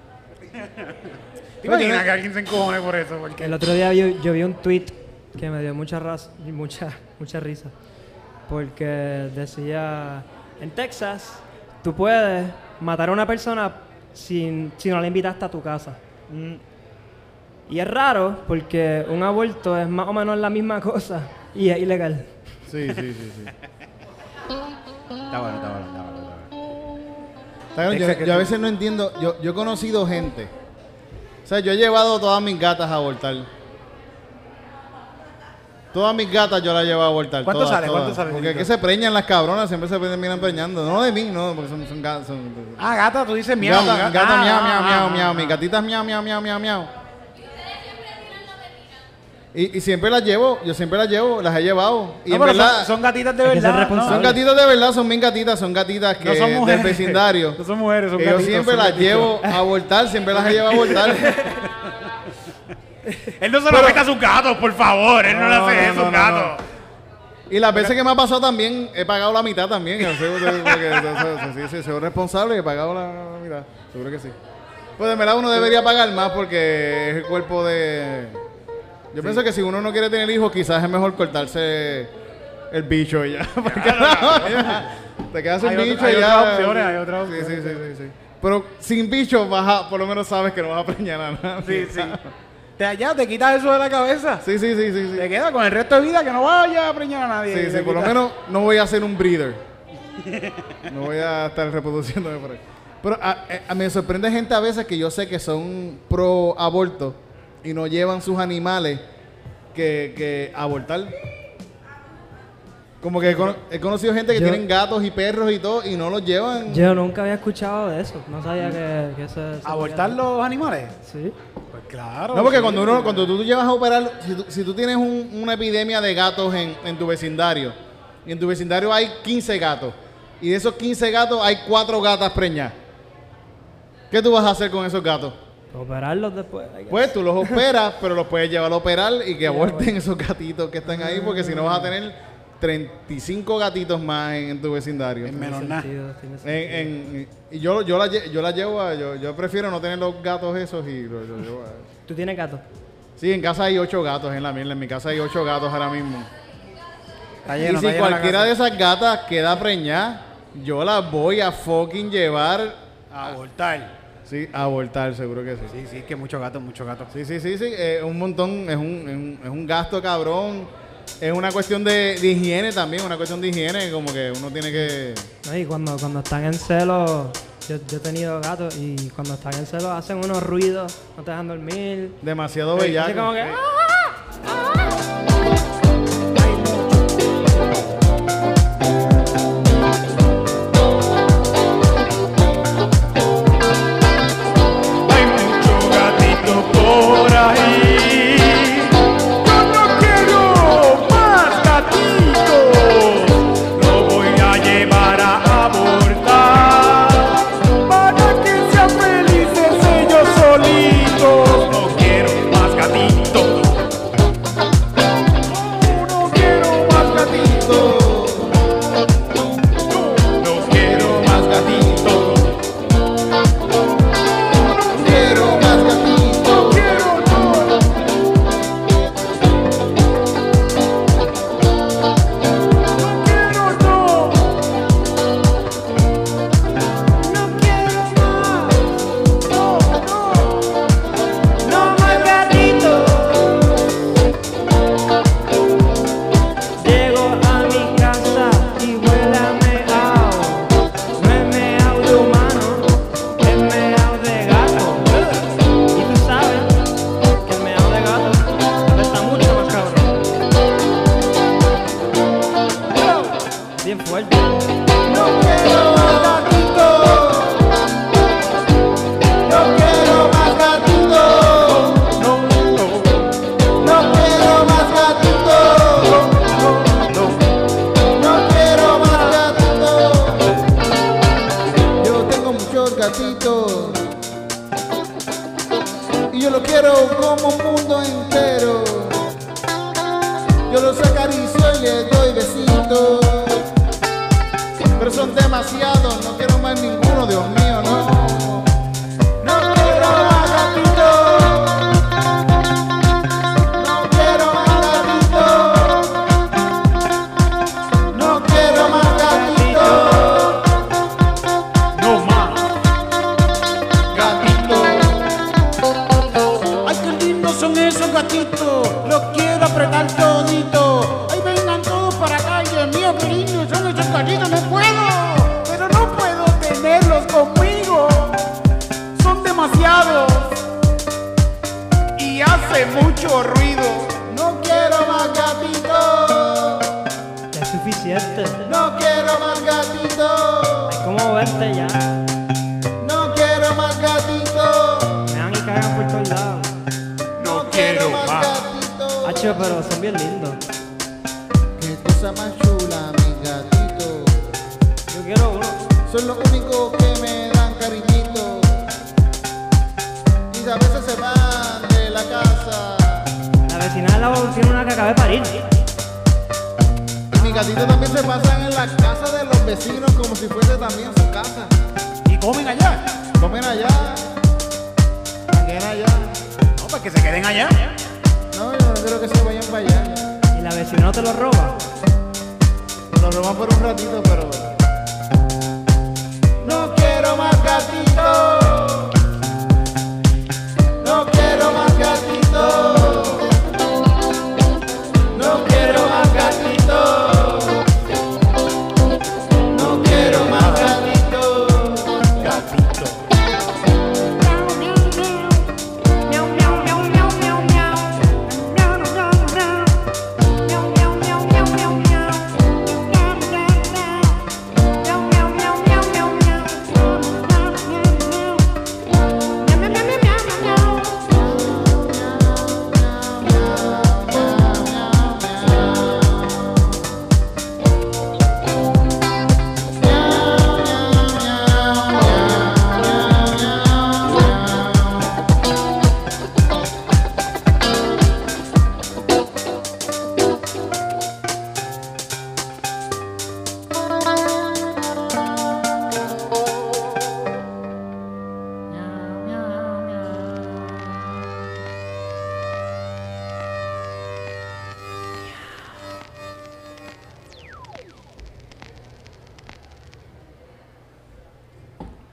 ¿Te imaginas que alguien se encojone por eso? Porque El otro día yo, yo vi un tweet que me dio mucha, raz- mucha, mucha risa. Porque decía, en Texas, tú puedes matar a una persona sin, si no la invitaste a tu casa. Mm. Y es raro porque un aborto es más o menos la misma cosa y es ilegal. Sí, sí, sí, sí. Está bueno, está bueno, está bueno. Está bueno. Está bien, Texas Yo, que yo a tú- veces no entiendo, yo, yo he conocido gente. O sea, yo he llevado todas mis gatas a abortar. Todas mis gatas yo las he llevado a abortar. ¿Cuánto todas, sale? todas. ¿Cuánto sale, Porque es Tito? que se preñan las cabronas, siempre se terminan preñando. No de mí, no, porque son, son gatas. Son, Ah, gata, tú dices miau. gata, ga- gata, ah, miau, ah, miau, ah, miau, ah, miau. ah. Mis gatitas miau, miau, miau, miau, miau. Y, y siempre las llevo, yo siempre las llevo, las he llevado. Y No, en pero verdad, son, son gatitas de Hay que ser verdad. responsable. son gatitas de verdad, son mis gatitas, son gatitas que No son del mujeres. vecindario. No son mujeres, son que yo gatitos, siempre son las gatitos. llevo a abortar, siempre las he llevado a abortar. Él no se lo mete a sus gatos, por favor. Él no, le No, hace no, eso a no, sus no, gatos. Y las veces que me ha pasado también, he pagado la mitad también. Yo sé, porque, sí, sí, soy responsable y he pagado la, la mitad. Seguro que sí. Pues de verdad uno debería pagar más porque es el cuerpo de... Yo pienso que si uno no quiere tener hijos, quizás es mejor cortarse el bicho y ya. Porque ya, te quedas sin Hay otra- bicho hay y ya. otras opciones, hay otras Sí, sí, sí, opciones. sí, sí. Pero sin bicho, vas a- por lo menos sabes que no vas a preñar a nadie. Sí, sí. Te, ya, te quitas eso de la cabeza. Sí, sí, sí, sí, sí. Te queda con el resto de vida que no vaya a preñar a nadie. Sí, Te sí, por lo quitas. menos no voy a ser un breeder. No voy a estar reproduciéndome por ahí. Pero a, a- a- me sorprende gente a veces que yo sé que son pro aborto y no llevan sus animales que, que a abortar. Como que he, cono- he conocido gente que Yo- tienen gatos y perros y todo y no los llevan. Yo nunca había escuchado de eso. No sabía que, que eso se ¿Abortar podía los animales? hacer. Sí. Pues claro. No, porque sí. cuando uno, cuando tú llevas a operar, si tú, si tú tienes un- una epidemia de gatos en, en tu vecindario, y en tu vecindario hay quince gatos, y de esos quince gatos hay cuatro gatas preñadas, ¿qué tú vas a hacer con esos gatos? Operarlos después. I guess. Pues tú los operas, pero los puedes llevar a operar y que Ya, aborten bueno. esos gatitos que están ahí, porque si no vas a tener treinta y cinco gatitos más en, en tu vecindario. En En- menos nada. Sentido, tiene sentido. en- y yo, yo, la, lle- yo la llevo a, yo, yo prefiero no tener los gatos esos y los los llevo a- ¿Tú tienes gato? Sí, en casa hay ocho gatos en la mía. En mi casa hay ocho gatos ahora mismo. Está Y lleno, si está lleno la cualquiera casa. de esas gatas queda preñada, yo las voy a fucking llevar A abortar. sí, a abortar, seguro que sí. Sí, sí, que muchos gatos, muchos gatos. Sí, sí, sí, sí. eh, un montón, es un, es un, es un gasto cabrón. es una cuestión de, de higiene también, una cuestión de higiene, como que uno tiene que... No, y cuando, cuando están en celo, yo, yo he tenido gatos y cuando están en celo hacen unos ruidos, no te dejan dormir. Demasiado Así bellaco. como que... Sí. Hay mucho gatito por ahí. Yo no quiero más gatitos. Lo voy a llevar a abortar para que sean felices ellos solitos. No quiero más gatitos. No, no quiero más gatitos. No, no quiero más gatitos. Quiero más gatito. Quiero no. Quiero no. No quiero más, No, no. no más gatitos. Llego a mi casa y huele a meao. No es meao de humano, es meao de gato. Y tú sabes que el meao de gato está mucho más cabrón. Bien fuerte. No quiero más gatito. No quiero más gatito. No, no. No quiero más gatito. No quiero más gatito. Yo tengo muchos gatitos y yo los quiero como un mundo entero. Yo los acaricio y les doy besitos, pero son demasiados, no quiero más ninguno, Dios mío, no. No quiero más gatitos. No quiero más gatitos. No quiero más gatitos. No más. Gatitos. Ay, qué lindos son esos gatitos. Los quiero apretar todito. Ay, vengan todos para acá. Ay, Dios mío, qué lindos son esos gatitos. No puedo. Pero no puedo tenerlos conmigo. Son demasiados. Y hace mucho ruido. No quiero más gatitos. Ya es suficiente. No quiero más gatitos. Hay como verte ya. No quiero más gatitos. Me dan y cagan por todos lados. No quiero más más. gatitos. Hacho, pero son bien lindos. Qué cosa más chula, mis gatitos. Yo quiero uno. Son los únicos que me dan cariñito. Y a veces se van de la casa. La vecina de la tiene una que acaba de parir. Y mis gatitos también se pasan en la casa de los vecinos como si fuese también su casa. Y comen allá. Comen allá. Comen allá. No, pues que se queden allá. No, yo no quiero que se vayan para allá. Y la vecina no te lo roba. Nos roban por un ratito, pero... No quiero más gatitos. No quiero más gatitos. No quiero más gatitos. No quiero más gatitos. Gatito.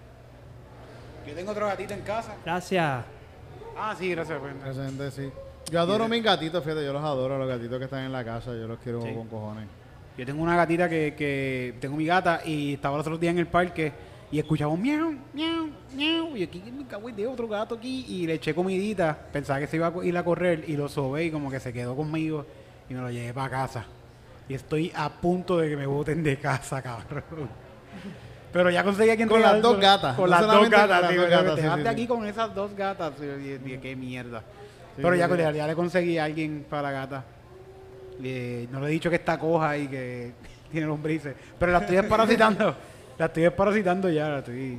Yo tengo otro gatito en casa. Gracias. Ah, sí, gracias. pues. Esa gente sí. Yo adoro mis gatitos, fíjate, yo los adoro, los gatitos que están en la casa, yo los quiero Sí. con cojones. Yo tengo una gatita que, que tengo mi gata y estaba los otros días en el parque y escuchaba un miau, miau, miau. Y aquí me cago en de otro gato aquí y le eché comidita. Pensaba que se iba a ir a correr y lo sobé y como que se quedó conmigo y me lo llevé para casa. Y estoy a punto de que me boten de casa, cabrón. Pero ya conseguí a quien Con las regalárselo. dos gatas, Con no las dos solamente con gatas. las sí, dos pero gatas, te sí, dejaste sí, aquí sí. con esas dos gatas. Y yo dije, qué mierda. Sí, Pero ya, sí, sí. ya, ya le conseguí a alguien para la gata. Le- no le he dicho que está coja y que tiene lombrices. Pero la estoy desparasitando. La estoy desparasitando ya. La estoy...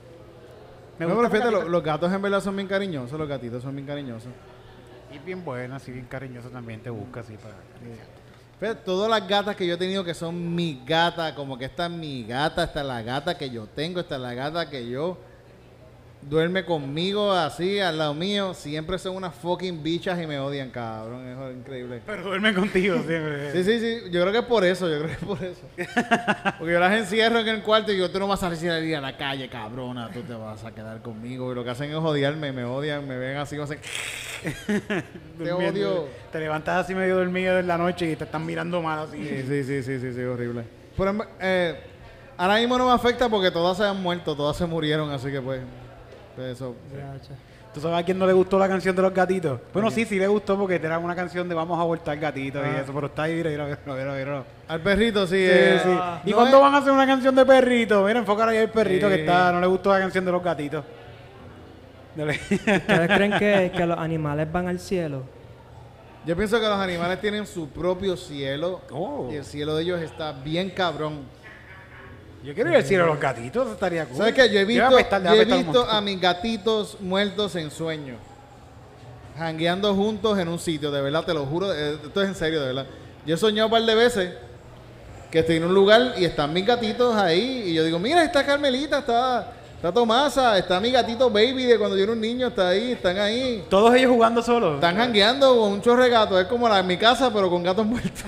Me No, gusta pero fíjate, la lo- gatita. los gatos en verdad son bien cariñosos, los gatitos son bien cariñosos. Y bien buena, así bien cariñoso también. Te busca así para... Fíjate, todas las gatas que yo he tenido que son mi gata, como que esta es mi gata, esta es la gata que yo tengo, esta es la gata que yo duerme conmigo así al lado mío, siempre son unas fucking bichas y me odian, cabrón, eso es increíble. Pero duermen contigo siempre. Sí, sí, sí, yo creo que es por eso, yo creo que es por eso. Porque yo las encierro en el cuarto y yo, tú no vas a salir a la calle, cabrona, tú te vas a quedar conmigo. Y lo que hacen es odiarme, me odian, me ven así, como hacen... Te Durmiendo. odio. Te levantas así medio dormido en la noche y te están mirando mal así. Sí, sí, sí, sí, sí, sí, horrible. Pero eh, ahora mismo no me afecta porque todas se han muerto, todas se murieron, así que pues, pues eso. Yacho. ¿Tú sabes a quién no le gustó la canción de los gatitos? Bueno, sí, sí le gustó porque era una canción de vamos a voltar gatitos y Ah. eso, pero está ahí, mira, mira, mira, mira, mira. Al perrito, sí. Sí, eh, sí. Ah. ¿Y no cuándo es- van a hacer una canción de perrito? Mira, enfocar ahí el perrito Sí. que está, no le gustó la canción de los gatitos. Dale. ¿Ustedes creen que, que los animales van al cielo? Yo pienso que los animales tienen su propio cielo Oh. y el cielo de ellos está bien cabrón. Yo quiero ir al cielo de los gatitos, eso estaría cool. ¿Sabes qué? Yo he Le va visto, apestar, le yo va he apestar un visto montón. a mis gatitos muertos en sueños. Jangueando juntos en un sitio, de verdad, te lo juro, eh, esto es en serio, de verdad. Yo he soñado un par de veces que estoy en un lugar y están mis gatitos ahí y yo digo, mira, está Carmelita, está, está Tomasa, está mi gatito Baby de cuando yo era un niño, está ahí, están ahí. Todos ellos jugando solos. Están jangueando con un chorre de gatos, es como la, mi casa, pero con gatos muertos.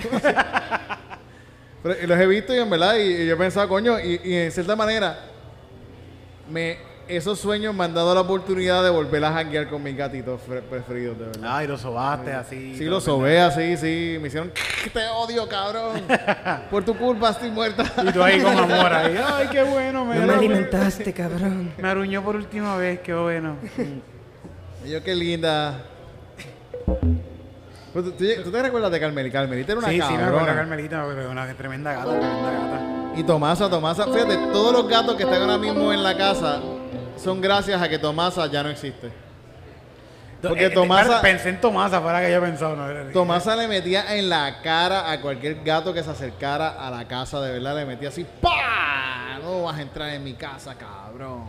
Pero, y los he visto y en verdad, y, y yo he pensado, coño, y, y en cierta manera, me, esos sueños me han dado la oportunidad de volver a janguear con mis gatitos fre- preferidos, de verdad. Ay, los sobaste así. Sí, todo los pendejo. sobé así, sí, me hicieron, te odio, cabrón. Por tu culpa estoy muerta. Y tú ahí con amor ahí. Ay, qué bueno. Me, No me alimentaste, cabrón. me arruñó por última vez, qué bueno. Y yo, qué linda. Pues, ¿Tú, tú, tú te recuerdas de Carmeli? Carmelita era una Sí, sí, me acuerdo de cabrona. Carmelita, pero una tremenda gata, tremenda gata. Y Tomasa, Tomasa, fíjate, todos los gatos que están ahora mismo en la casa son gracias a que Tomasa ya no existe. Porque Eh, eh, Tomasa- Pensé en Tomasa, fuera que yo pensaba. No, Tomasa le metía en la cara a cualquier gato que se acercara a la casa, de verdad, le metía así, ¡pah! No vas a entrar en mi casa, cabrón.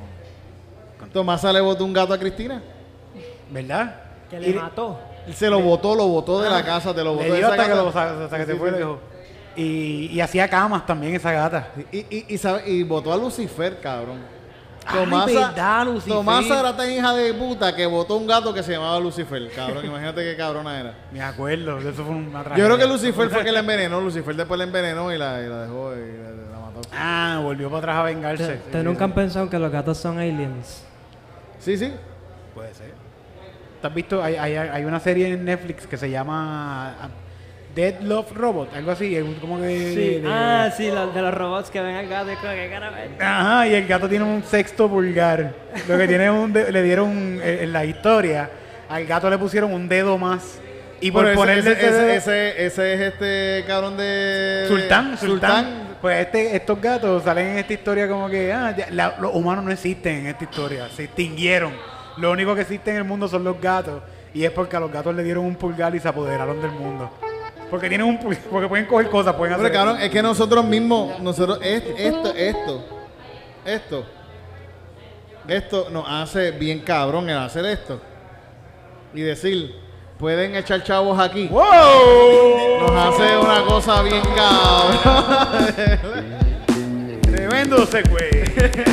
Tomasa le botó un gato a Cristina. ¿Verdad? Que Y- le mató. Y se lo botó, lo botó de la casa, te lo botó Le de dio esa hasta que, gata. lo, sa- hasta que Sí, se sí, fue sí. lejos. Y, y hacía camas también esa gata. Y, y, y, sabe- y votó a Lucifer, cabrón. Ay, Tomasa, verdad, Lucifer. Tomasa era tan hija de puta que votó un gato que se llamaba Lucifer, cabrón. Imagínate qué cabrona era. Me acuerdo, de eso fue una tragedia. Yo creo que Lucifer fue que la envenenó. Lucifer después la envenenó y la, y la dejó y la, la mató. Ah, volvió para atrás a vengarse. ¿Ustedes ustedes nunca han pensado que los gatos son aliens? Sí, sí. Puede ser. ¿Te has visto? Hay, hay, hay una serie en Netflix que se llama ah, Dead Love Robot, algo así. Es un- como que. de- de- Ah, sí, los de los robots que ven al gato y como que cara. Ajá, y el gato tiene un sexto pulgar. Lo que tiene es un de- le dieron un- en en la historia, al gato le pusieron un dedo más. Y por Pero ese- ponerle ese, ese dedo- ese, ese, ese es este cabrón de... Sultán, Sultán. Sultán. Pues este, estos gatos salen en esta historia como que ah, ya, la- los humanos no existen en esta historia, se extinguieron. Lo único que existe en el mundo son los gatos. Y es porque a los gatos le dieron un pulgar y se apoderaron del mundo. Porque tienen un pulgar, porque pueden coger cosas, pueden Hombre, hacer. cabrón, es que nosotros mismos, nosotros, est- esto, esto, esto, esto nos hace bien cabrón el hacer esto. Y decir, pueden echar chavos aquí. ¡Wow! Nos hace una cosa bien cabrón. Tremendo segue.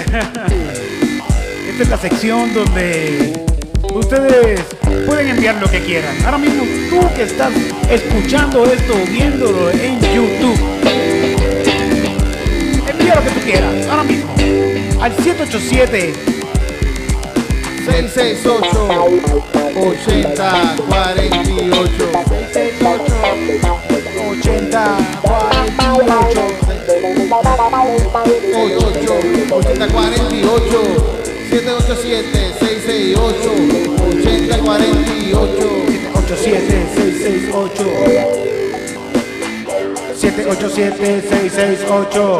Esta es la sección donde ustedes pueden enviar lo que quieran. Ahora mismo tú que estás escuchando esto o viéndolo en YouTube, envía lo que tú quieras. Ahora mismo al siete ocho siete, seis seis ocho, ochenta cuarenta y ocho. seis seis ocho, ochenta cuarenta y ocho. ochenta cuarenta y ocho. siete ocho siete, seis seis ocho, ochenta cuarenta y ocho. ocho siete seis seis ocho. siete ocho siete seis seis ocho.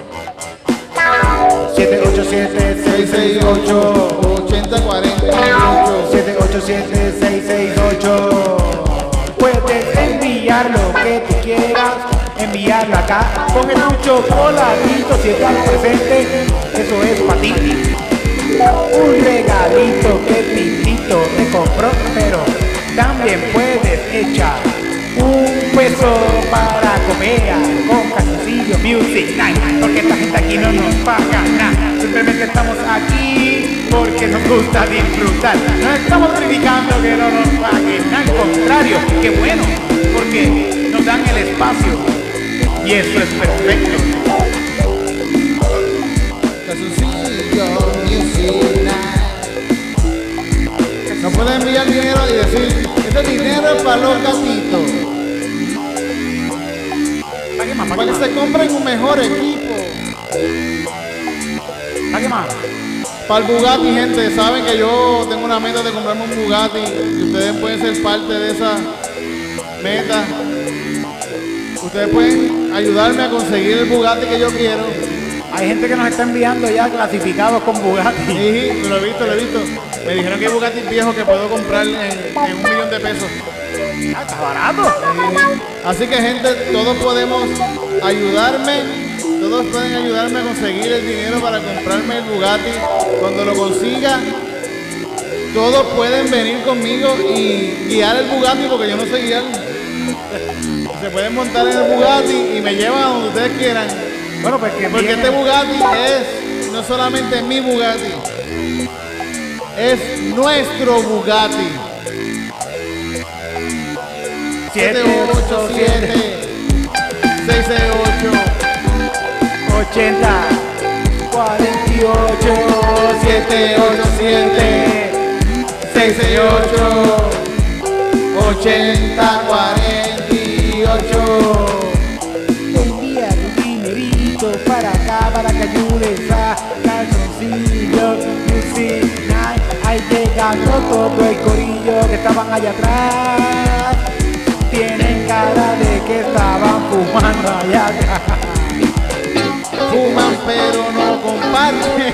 siete ocho siete seis seis ocho. ochenta cuarenta y ocho. siete ocho siete seis seis ocho. Puedes enviar lo que tú quieras, enviarlo acá con el chocolatito si estás presente, eso es para ti. Un regalito que Titito te compró, pero también puedes echar un peso para comer con Calzoncillo Music Night, porque esta gente aquí no nos paga nada, simplemente estamos aquí porque nos gusta disfrutar, no estamos criticando que no nos paguen, al contrario, qué bueno, porque nos dan el espacio y eso es perfecto. Calzoncillo Music Night. No puedes enviar dinero y decir, este dinero es para los gatitos. Pague más, pague Para que más. se compren un mejor equipo. Pague más. Para el Bugatti, gente, saben que yo tengo una meta de comprarme un Bugatti y ustedes pueden ser parte de esa meta. Ustedes pueden ayudarme a conseguir el Bugatti que yo quiero. Hay gente que nos está enviando ya clasificados con Bugatti. Sí, lo he visto, lo he visto. Me dijeron que hay Bugatti viejos que puedo comprar en, en un millón de pesos. Ah, está barato. Sí. Así que, gente, todos podemos ayudarme. Todos pueden ayudarme a conseguir el dinero para comprarme el Bugatti. Cuando lo consiga, todos pueden venir conmigo y guiar el Bugatti porque yo no sé guiar. Se pueden montar en el Bugatti y me llevan a donde ustedes quieran. Bueno, pues que Porque viene- este Bugatti es no solamente mi Bugatti, es nuestro Bugatti. siete ocho siete, seis seis ocho, ochenta, cuarenta y ocho, siete ocho siete, seis seis ocho, ochenta cuarenta y ocho. envía tu dinerito para acá para que ayudes a Calzoncillo Music Night. Ahí llegando todo el corillo que estaban allá atrás. Tienen cara de que estaban fumando allá atrás. Fuman pero no comparten.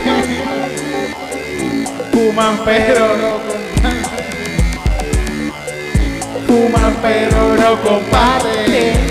Fuman pero no Fuman pero no comparten.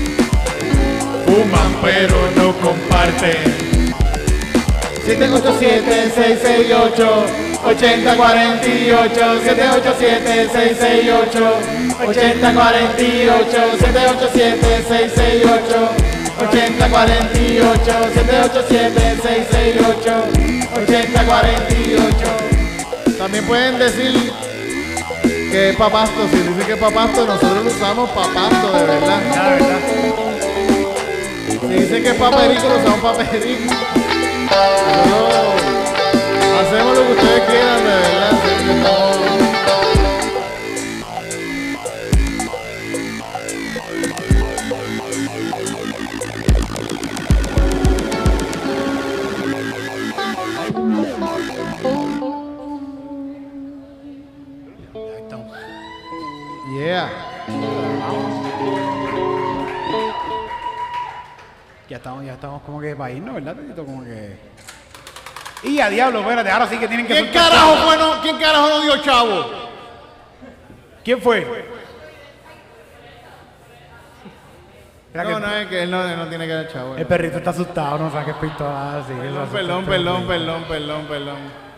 Fuman pero no comparten. siete ocho siete, seis seis ocho, ochenta cuarenta y ocho. siete ocho siete, seis seis ocho, ochenta cuarenta y ocho. siete ocho siete, seis seis ocho, ochenta cuarenta y ocho. siete ocho siete, seis seis ocho, ochenta cuarenta y ocho. También pueden decir que es papasto. Si dicen que es papasto, nosotros lo usamos papasto, de verdad. La verdad. Si dicen que es paperico, lo usamos paperico. Nosotros hacemos lo que ustedes quieran, de verdad. así que no- Yeah. Ya estamos, ya estamos como que para irnos, ¿verdad, Tito? Como que... Y a diablo, espérate, ahora sí que tienen que... ¿Quién soltar carajo chavo. fue no, ¿Quién carajo no dio chavo? ¿Quién fue? Espera No, que- no, es que él no, él no tiene que dar chavo. El perrito está asustado, no saques pistolas así. Perdón, perdón, perdón, perdón, perdón, perdón.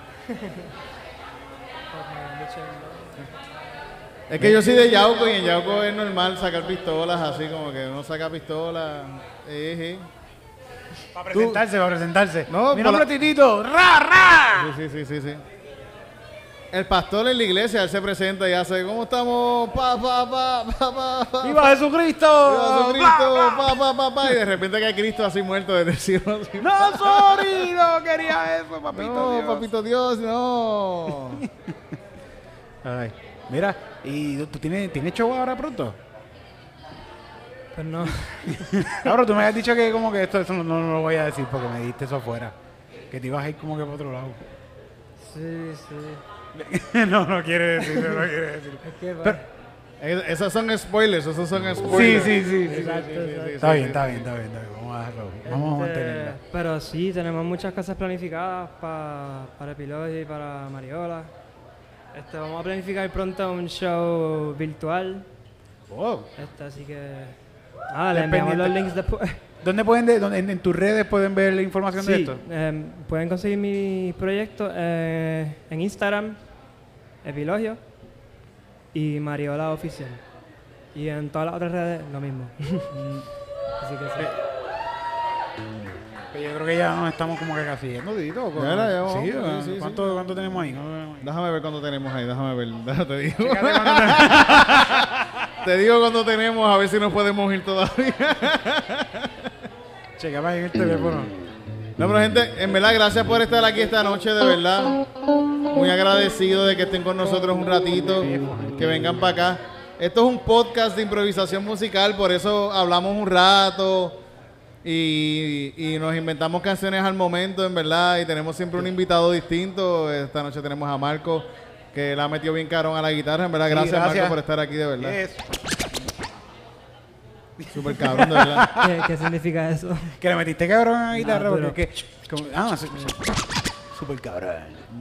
Es que yo soy de Yauco y en Yauco es normal sacar pistolas así como que uno saca pistolas. Sí, sí. Para presentarse, para presentarse. No, Mi por nombre la- es Titito. ¡Ra, ra! Sí, sí, sí, sí, sí. El pastor en la iglesia, él se presenta y hace, ¿cómo estamos? Pa, pa, pa, pa, pa, pa. ¡Viva Jesucristo! ¡Viva Jesucristo! Pa, pa, pa, pa. Y de repente cae Cristo así muerto desde el cielo. Así, ¡No, sorry! No quería eso, papito no, Dios. papito Dios, no. Ay, mira, ¿y tú tienes, tienes show ahora pronto? Pues no. Ahora tú me habías dicho que como que esto eso no, no lo voy a decir porque me diste eso afuera. Que te ibas a ir como que para otro lado. Sí, sí. no, no quiere decirlo, no quiere decirlo. Es que, Pero- Es- esos son spoilers, esos son Sí, spoilers. sí, sí. sí. Exacto, exacto. Está bien, está bien, está bien, está bien. Vamos a dejarlo. Vamos a Este, mantenerla. Pero sí, tenemos muchas cosas planificadas pa- para Epilogio y para Mariola. Este, vamos a planificar pronto un show virtual. Wow. Este, así que... Ah, le enviamos los links después. ¿Dónde pueden, de, dónde, en, en tus redes pueden ver la información de Sí, esto? em, pueden conseguir mi proyecto eh, en Instagram, Epilogio, y Mariola Oficial. Y en todas las otras redes, lo mismo. Así que sí. Pues yo creo que ya nos estamos como que casi yendo, Dito. ¿O cómo? Ya, ya, vamos. Sí, Sí, ¿verdad? sí, sí. ¿Cuánto, ¿Cuánto tenemos ahí? ¿Cuánto tenemos ahí? Déjame ver cuánto tenemos ahí, déjame ver, déjate digo. Fíjate cuánto tenemos. Te digo cuánto tenemos, a ver si nos podemos ir todavía. Checa más en el teléfono. No, pero gente, en verdad, gracias por estar aquí esta noche, de verdad. Muy agradecido de que estén con nosotros un ratito, que vengan para acá. Esto es un podcast de improvisación musical, por eso hablamos un rato y, y nos inventamos canciones al momento, en verdad, y tenemos siempre un invitado distinto. Esta noche tenemos a Marco, que la metió bien carón a la guitarra, en verdad. Sí, Gracias, gracias. Marco, por estar aquí, de verdad. Yes. Súper cabrón, de verdad. ¿Qué, qué significa eso? Que le metiste cabrón a la guitarra Ah, porque pero- es que... como- ah, sí, súper cabrón.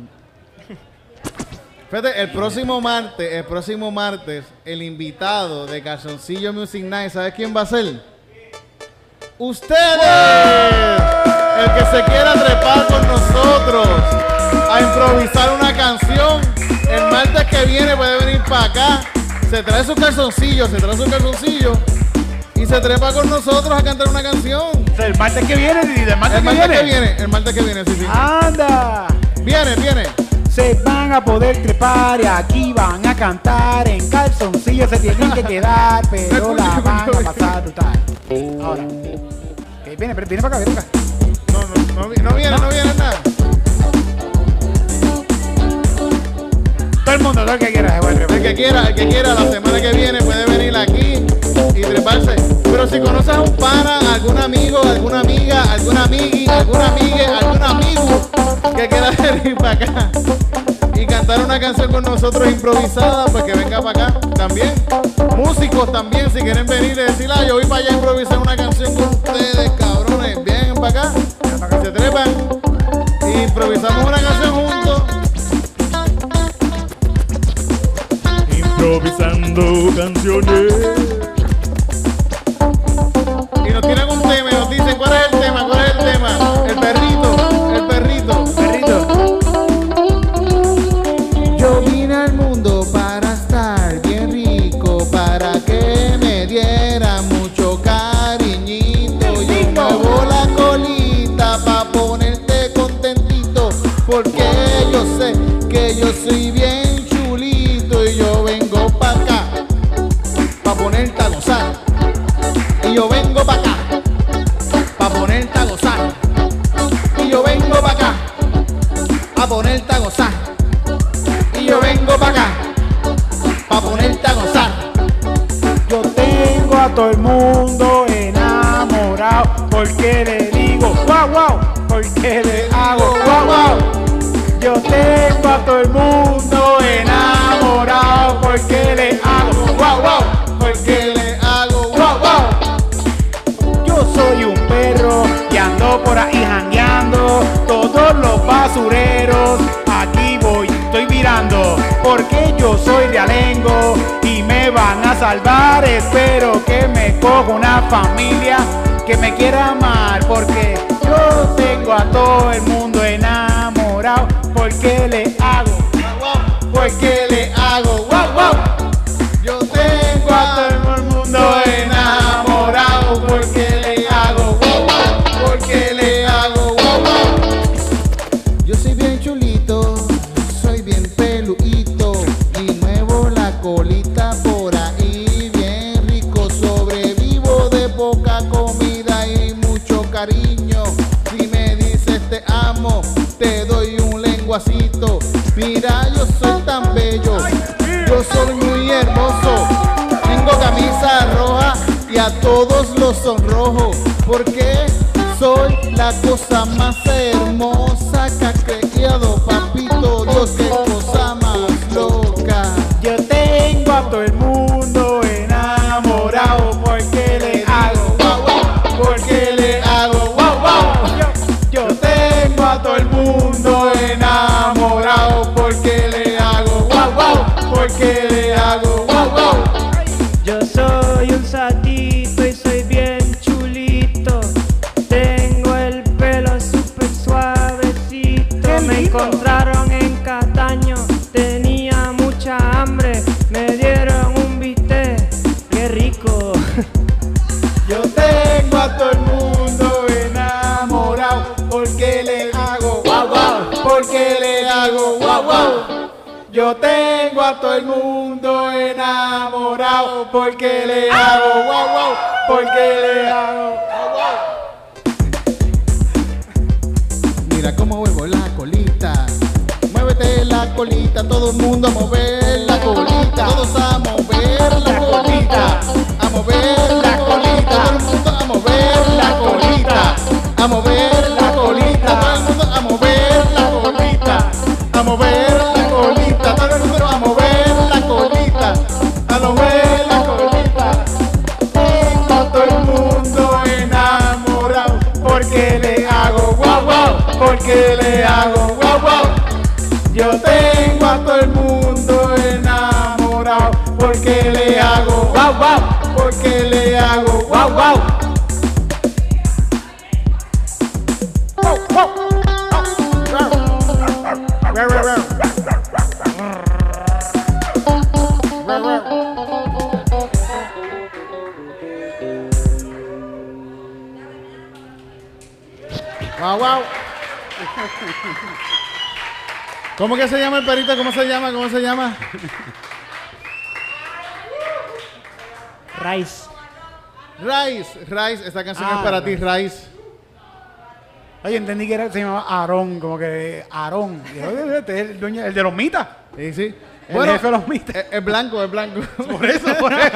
Fíjate, el próximo martes, el próximo martes, el invitado de Calzoncillo Music Night, ¿sabes quién va a ser? ¡Ustedes! El que se quiera trepar con nosotros a improvisar una canción, el martes que viene puede venir para acá, se trae sus calzoncillos, se trae sus calzoncillos y se trepa con nosotros a cantar una canción. O sea, el martes que viene, Didi, el martes, El que martes viene. que viene, el martes que viene, sí, sí. ¡Anda! Viene, viene. Se van a poder trepar y aquí van a cantar. En calzoncillos se tienen que quedar, pero la van a pasar brutal. Ahora. Ok, viene, pero viene para acá, viene para acá. No, no, no, vi- no viene, no viene nada. Todo el mundo, todo el que quiera, se vuelve. El que quiera, el que quiera, la semana que viene puede venir aquí y treparse. Pero si conoces a un pana, algún amigo, alguna amiga, alguna amigui, alguna amigue, algún amigo que quiera venir para acá y cantar una canción con nosotros improvisada, pues que venga para acá también. Músicos también, si quieren venir y decir, ah, yo voy para allá a improvisar una canción con ustedes, cabrones, vienen para acá, se trepan y improvisamos una canción juntos. Improvisando canciones. Y nos tiran un tema y nos dicen, ¿cuál es el tema? ¿Cuál es el tema? El perrito, el perrito. Perrito. Yo vine al mundo para estar bien rico, para que me diera mucho cariñito. Yo muevo la colita pa' ponerte contentito, porque yo sé que yo soy bien chulito y yo vengo pa' acá pa' ponerte a gozar. Y yo vengo pa' acá pa' ponerte a gozar. Y yo vengo pa' acá a ponerte a gozar. Y yo vengo pa' acá pa' ponerte a gozar. Yo tengo a todo el mundo enamorado porque le digo wow wow, porque le hago wow wow. Yo tengo a todo el mundo enamorado porque le hago wow wow, porque le hago wow wow. Yo soy un perro y ando por ahí jangueando todos los basureros. Aquí voy, estoy mirando porque yo soy realengo y me van a salvar. Espero que me coja una familia que me quiera amar, porque yo tengo a todo el mundo enamorado porque le hago, porque le hago wow wow. Yo tengo a todo el mundo enamorado porque le hago wow wow, porque le hago wow wow. Yo soy bien chulito, soy bien peludo a todos los sonrojo, porque soy la cosa más hermosa que ha creado papito Dios, qué cosa más loca. Yo tengo a todo el mundo enamorado porque le hago Guau, guau, porque le hago guau, guau. Yo tengo a todo el mundo enamorado porque le hago guau guau, porque le hago guau guau. Yo soy un satito y soy bien chulito. Tengo el pelo súper suavecito. Me encontraron en Cataño, tenía mucha hambre. Me dieron un bistec, qué rico. Yo tengo a todo el mundo enamorado porque le hago guau guau, porque le hago guau guau. Yo tengo a todo el mundo enamorado porque le hago guau guau, porque le hago guau guau. Mira cómo muevo la colita, muévete la colita, todo el mundo a mover la colita, todos a mover la colita, a mover la colita, todo el mundo a mover la colita, a mover la colita, todo el mundo a mover la colita, a mover la colita, todo el mundo a mover la colita, a mover la colita. Tengo a todo el mundo enamorado porque le hago guau guau, porque le hago guau guau. Yo tengo a todo el mundo enamorado porque le hago guau guau, porque le hago guau guau. Guau, guau. ¿Cómo que se llama el perrito? ¿Cómo se llama? ¿Cómo se llama? Rice. Rice, Rice, esta canción Ah, es para ti, Rice. Rice. Oye, entendí que era, se llamaba Aarón, como que Aarón. Y yo, este es el dueño, el de los mitas. Sí, sí. El jefe de los mitas. Es, es blanco, es blanco. Por eso, por eso.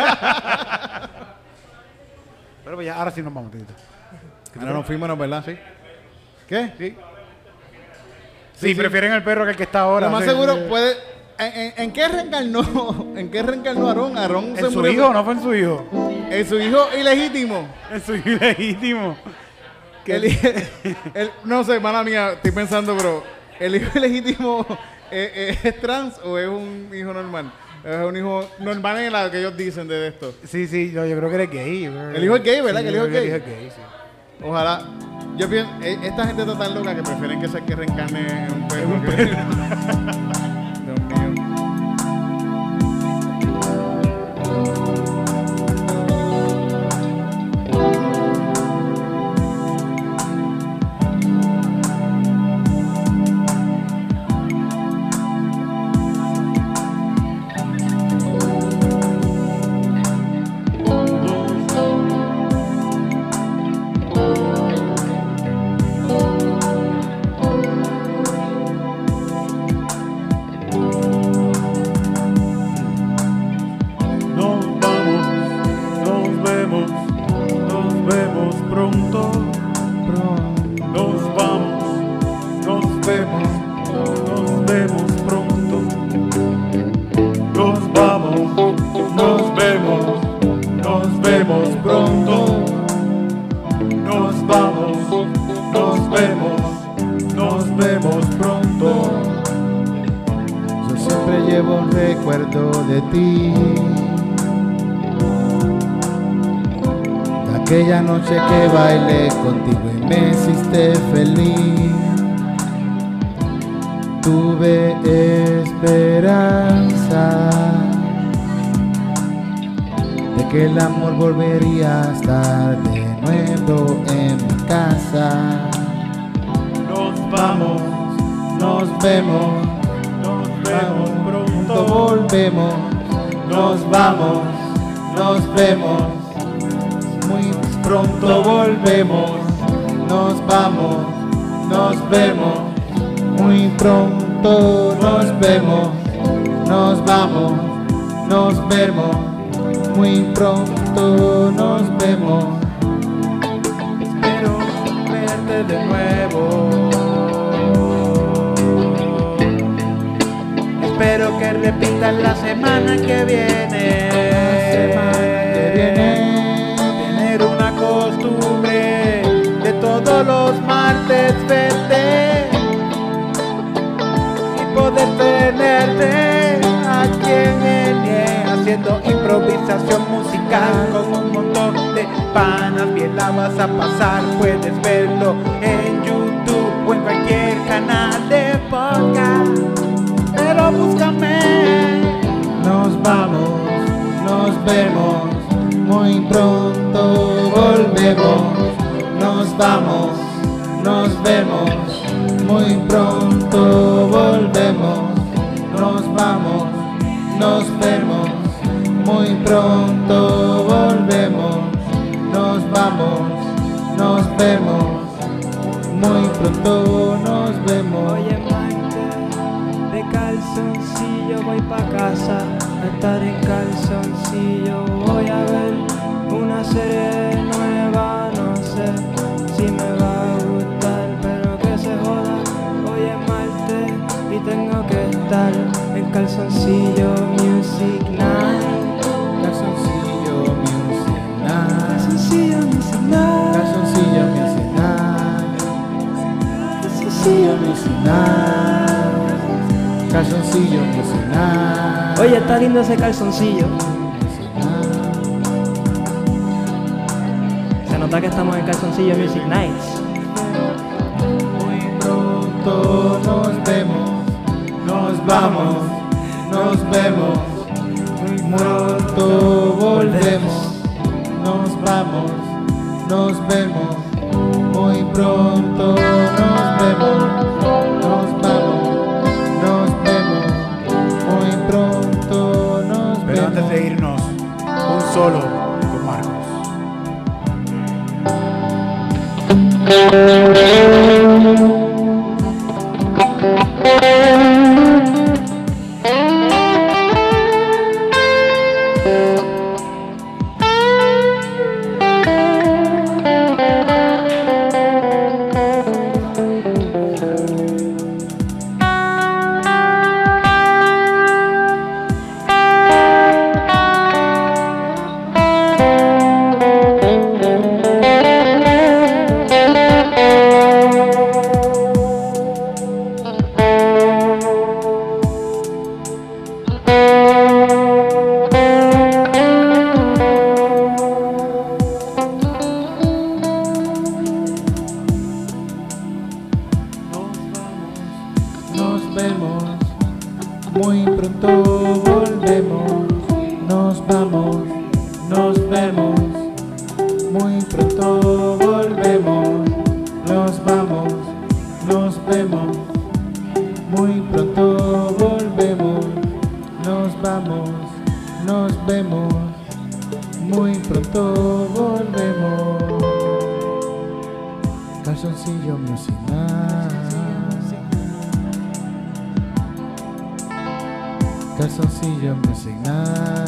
Pero pues ya, ahora sí nos vamos, tito. Ahora nos fuimos, ¿no? ¿Verdad? Sí. ¿Qué? Sí. Sí, Sí, sí. prefieren el perro que el que está ahora. Lo más sí. seguro puede... ¿En, en, en qué reencarnó? ¿En qué reencarnó Aarón? Aarón ¿En se su murió. hijo? ¿No fue en su hijo? En su hijo ilegítimo. En su hijo ilegítimo. El, el- no sé, mala mía, estoy pensando, pero ¿el hijo ilegítimo es, es trans o es un hijo normal? Es un hijo normal en la que ellos dicen de esto. Sí, sí, yo, yo creo que eres gay. yo creo que- El hijo es gay, ¿verdad? Sí, Que el yo hijo es creo gay. que sí. Ojalá. Yo pienso, eh, esta gente está tan loca que prefieren que sea que reencarne en un perro. que- Dios mío. Nos vamos, nos vemos, nos vemos pronto. Nos vamos, nos vemos, nos vemos pronto. Nos vamos, nos vemos, nos vemos pronto. Nos vamos, nos vemos, nos vemos pronto. Yo siempre llevo un recuerdo de ti, de aquella noche que bailé contigo y me hiciste feliz. Tuve esperanza de que el amor volvería a estar de nuevo en mi casa. Nos vamos, Nos vemos, nos vemos pronto pronto. volvemos, nos vamos, nos vemos, muy pronto volvemos, nos vamos, nos vemos, muy pronto nos vemos, nos vamos, nos vemos, muy pronto. pronto nos vemos. Espero verte de nuevo. Espero que repitas la semana que viene. La semana que viene. Tener una costumbre de todos los martes verte y poder tenerte aquí en el Nie, haciendo improvisación musical con un montón de panas. Bien la vas a pasar, puedes verlo en YouTube o en cualquier canal de podcast, pero búscame. Nos vamos, nos vemos, muy pronto volvemos. Nos vamos, nos vemos, muy pronto volvemos. Nos vamos, nos vemos, muy pronto volvemos. Nos vamos, nos vemos, muy pronto nos vemos. Oye, Maite, de calzoncillo voy pa' casa a estar en calzoncillo. Voy a ver una serie nueva, no sé si me va a gustar, pero que se joda. Hoy es martes y tengo que estar en calzoncillo Music Night. Calzoncillo Music Night. Calzoncillo Music Night. Calzoncillo Music Night. Calzoncillo Music Night. Calzoncillo Music Night. Oye, está lindo ese calzoncillo. Se nota que estamos en calzoncillo Music Nights. Muy pronto nos vemos, nos vamos, nos vemos. Muy pronto volvemos, nos vamos, nos vemos. Muy pronto nos vemos, nos vamos, nos vemos. Muy pronto nos Pero vemos. antes de irnos, un solo con Marcos. Nos vemos, muy pronto volvemos. Nos vamos, nos vemos, muy pronto volvemos. Nos vamos, nos vemos, muy pronto volvemos. Nos vamos, nos vemos, muy pronto volvemos. Calzoncillo Music Night. Calzoncillo Music Night.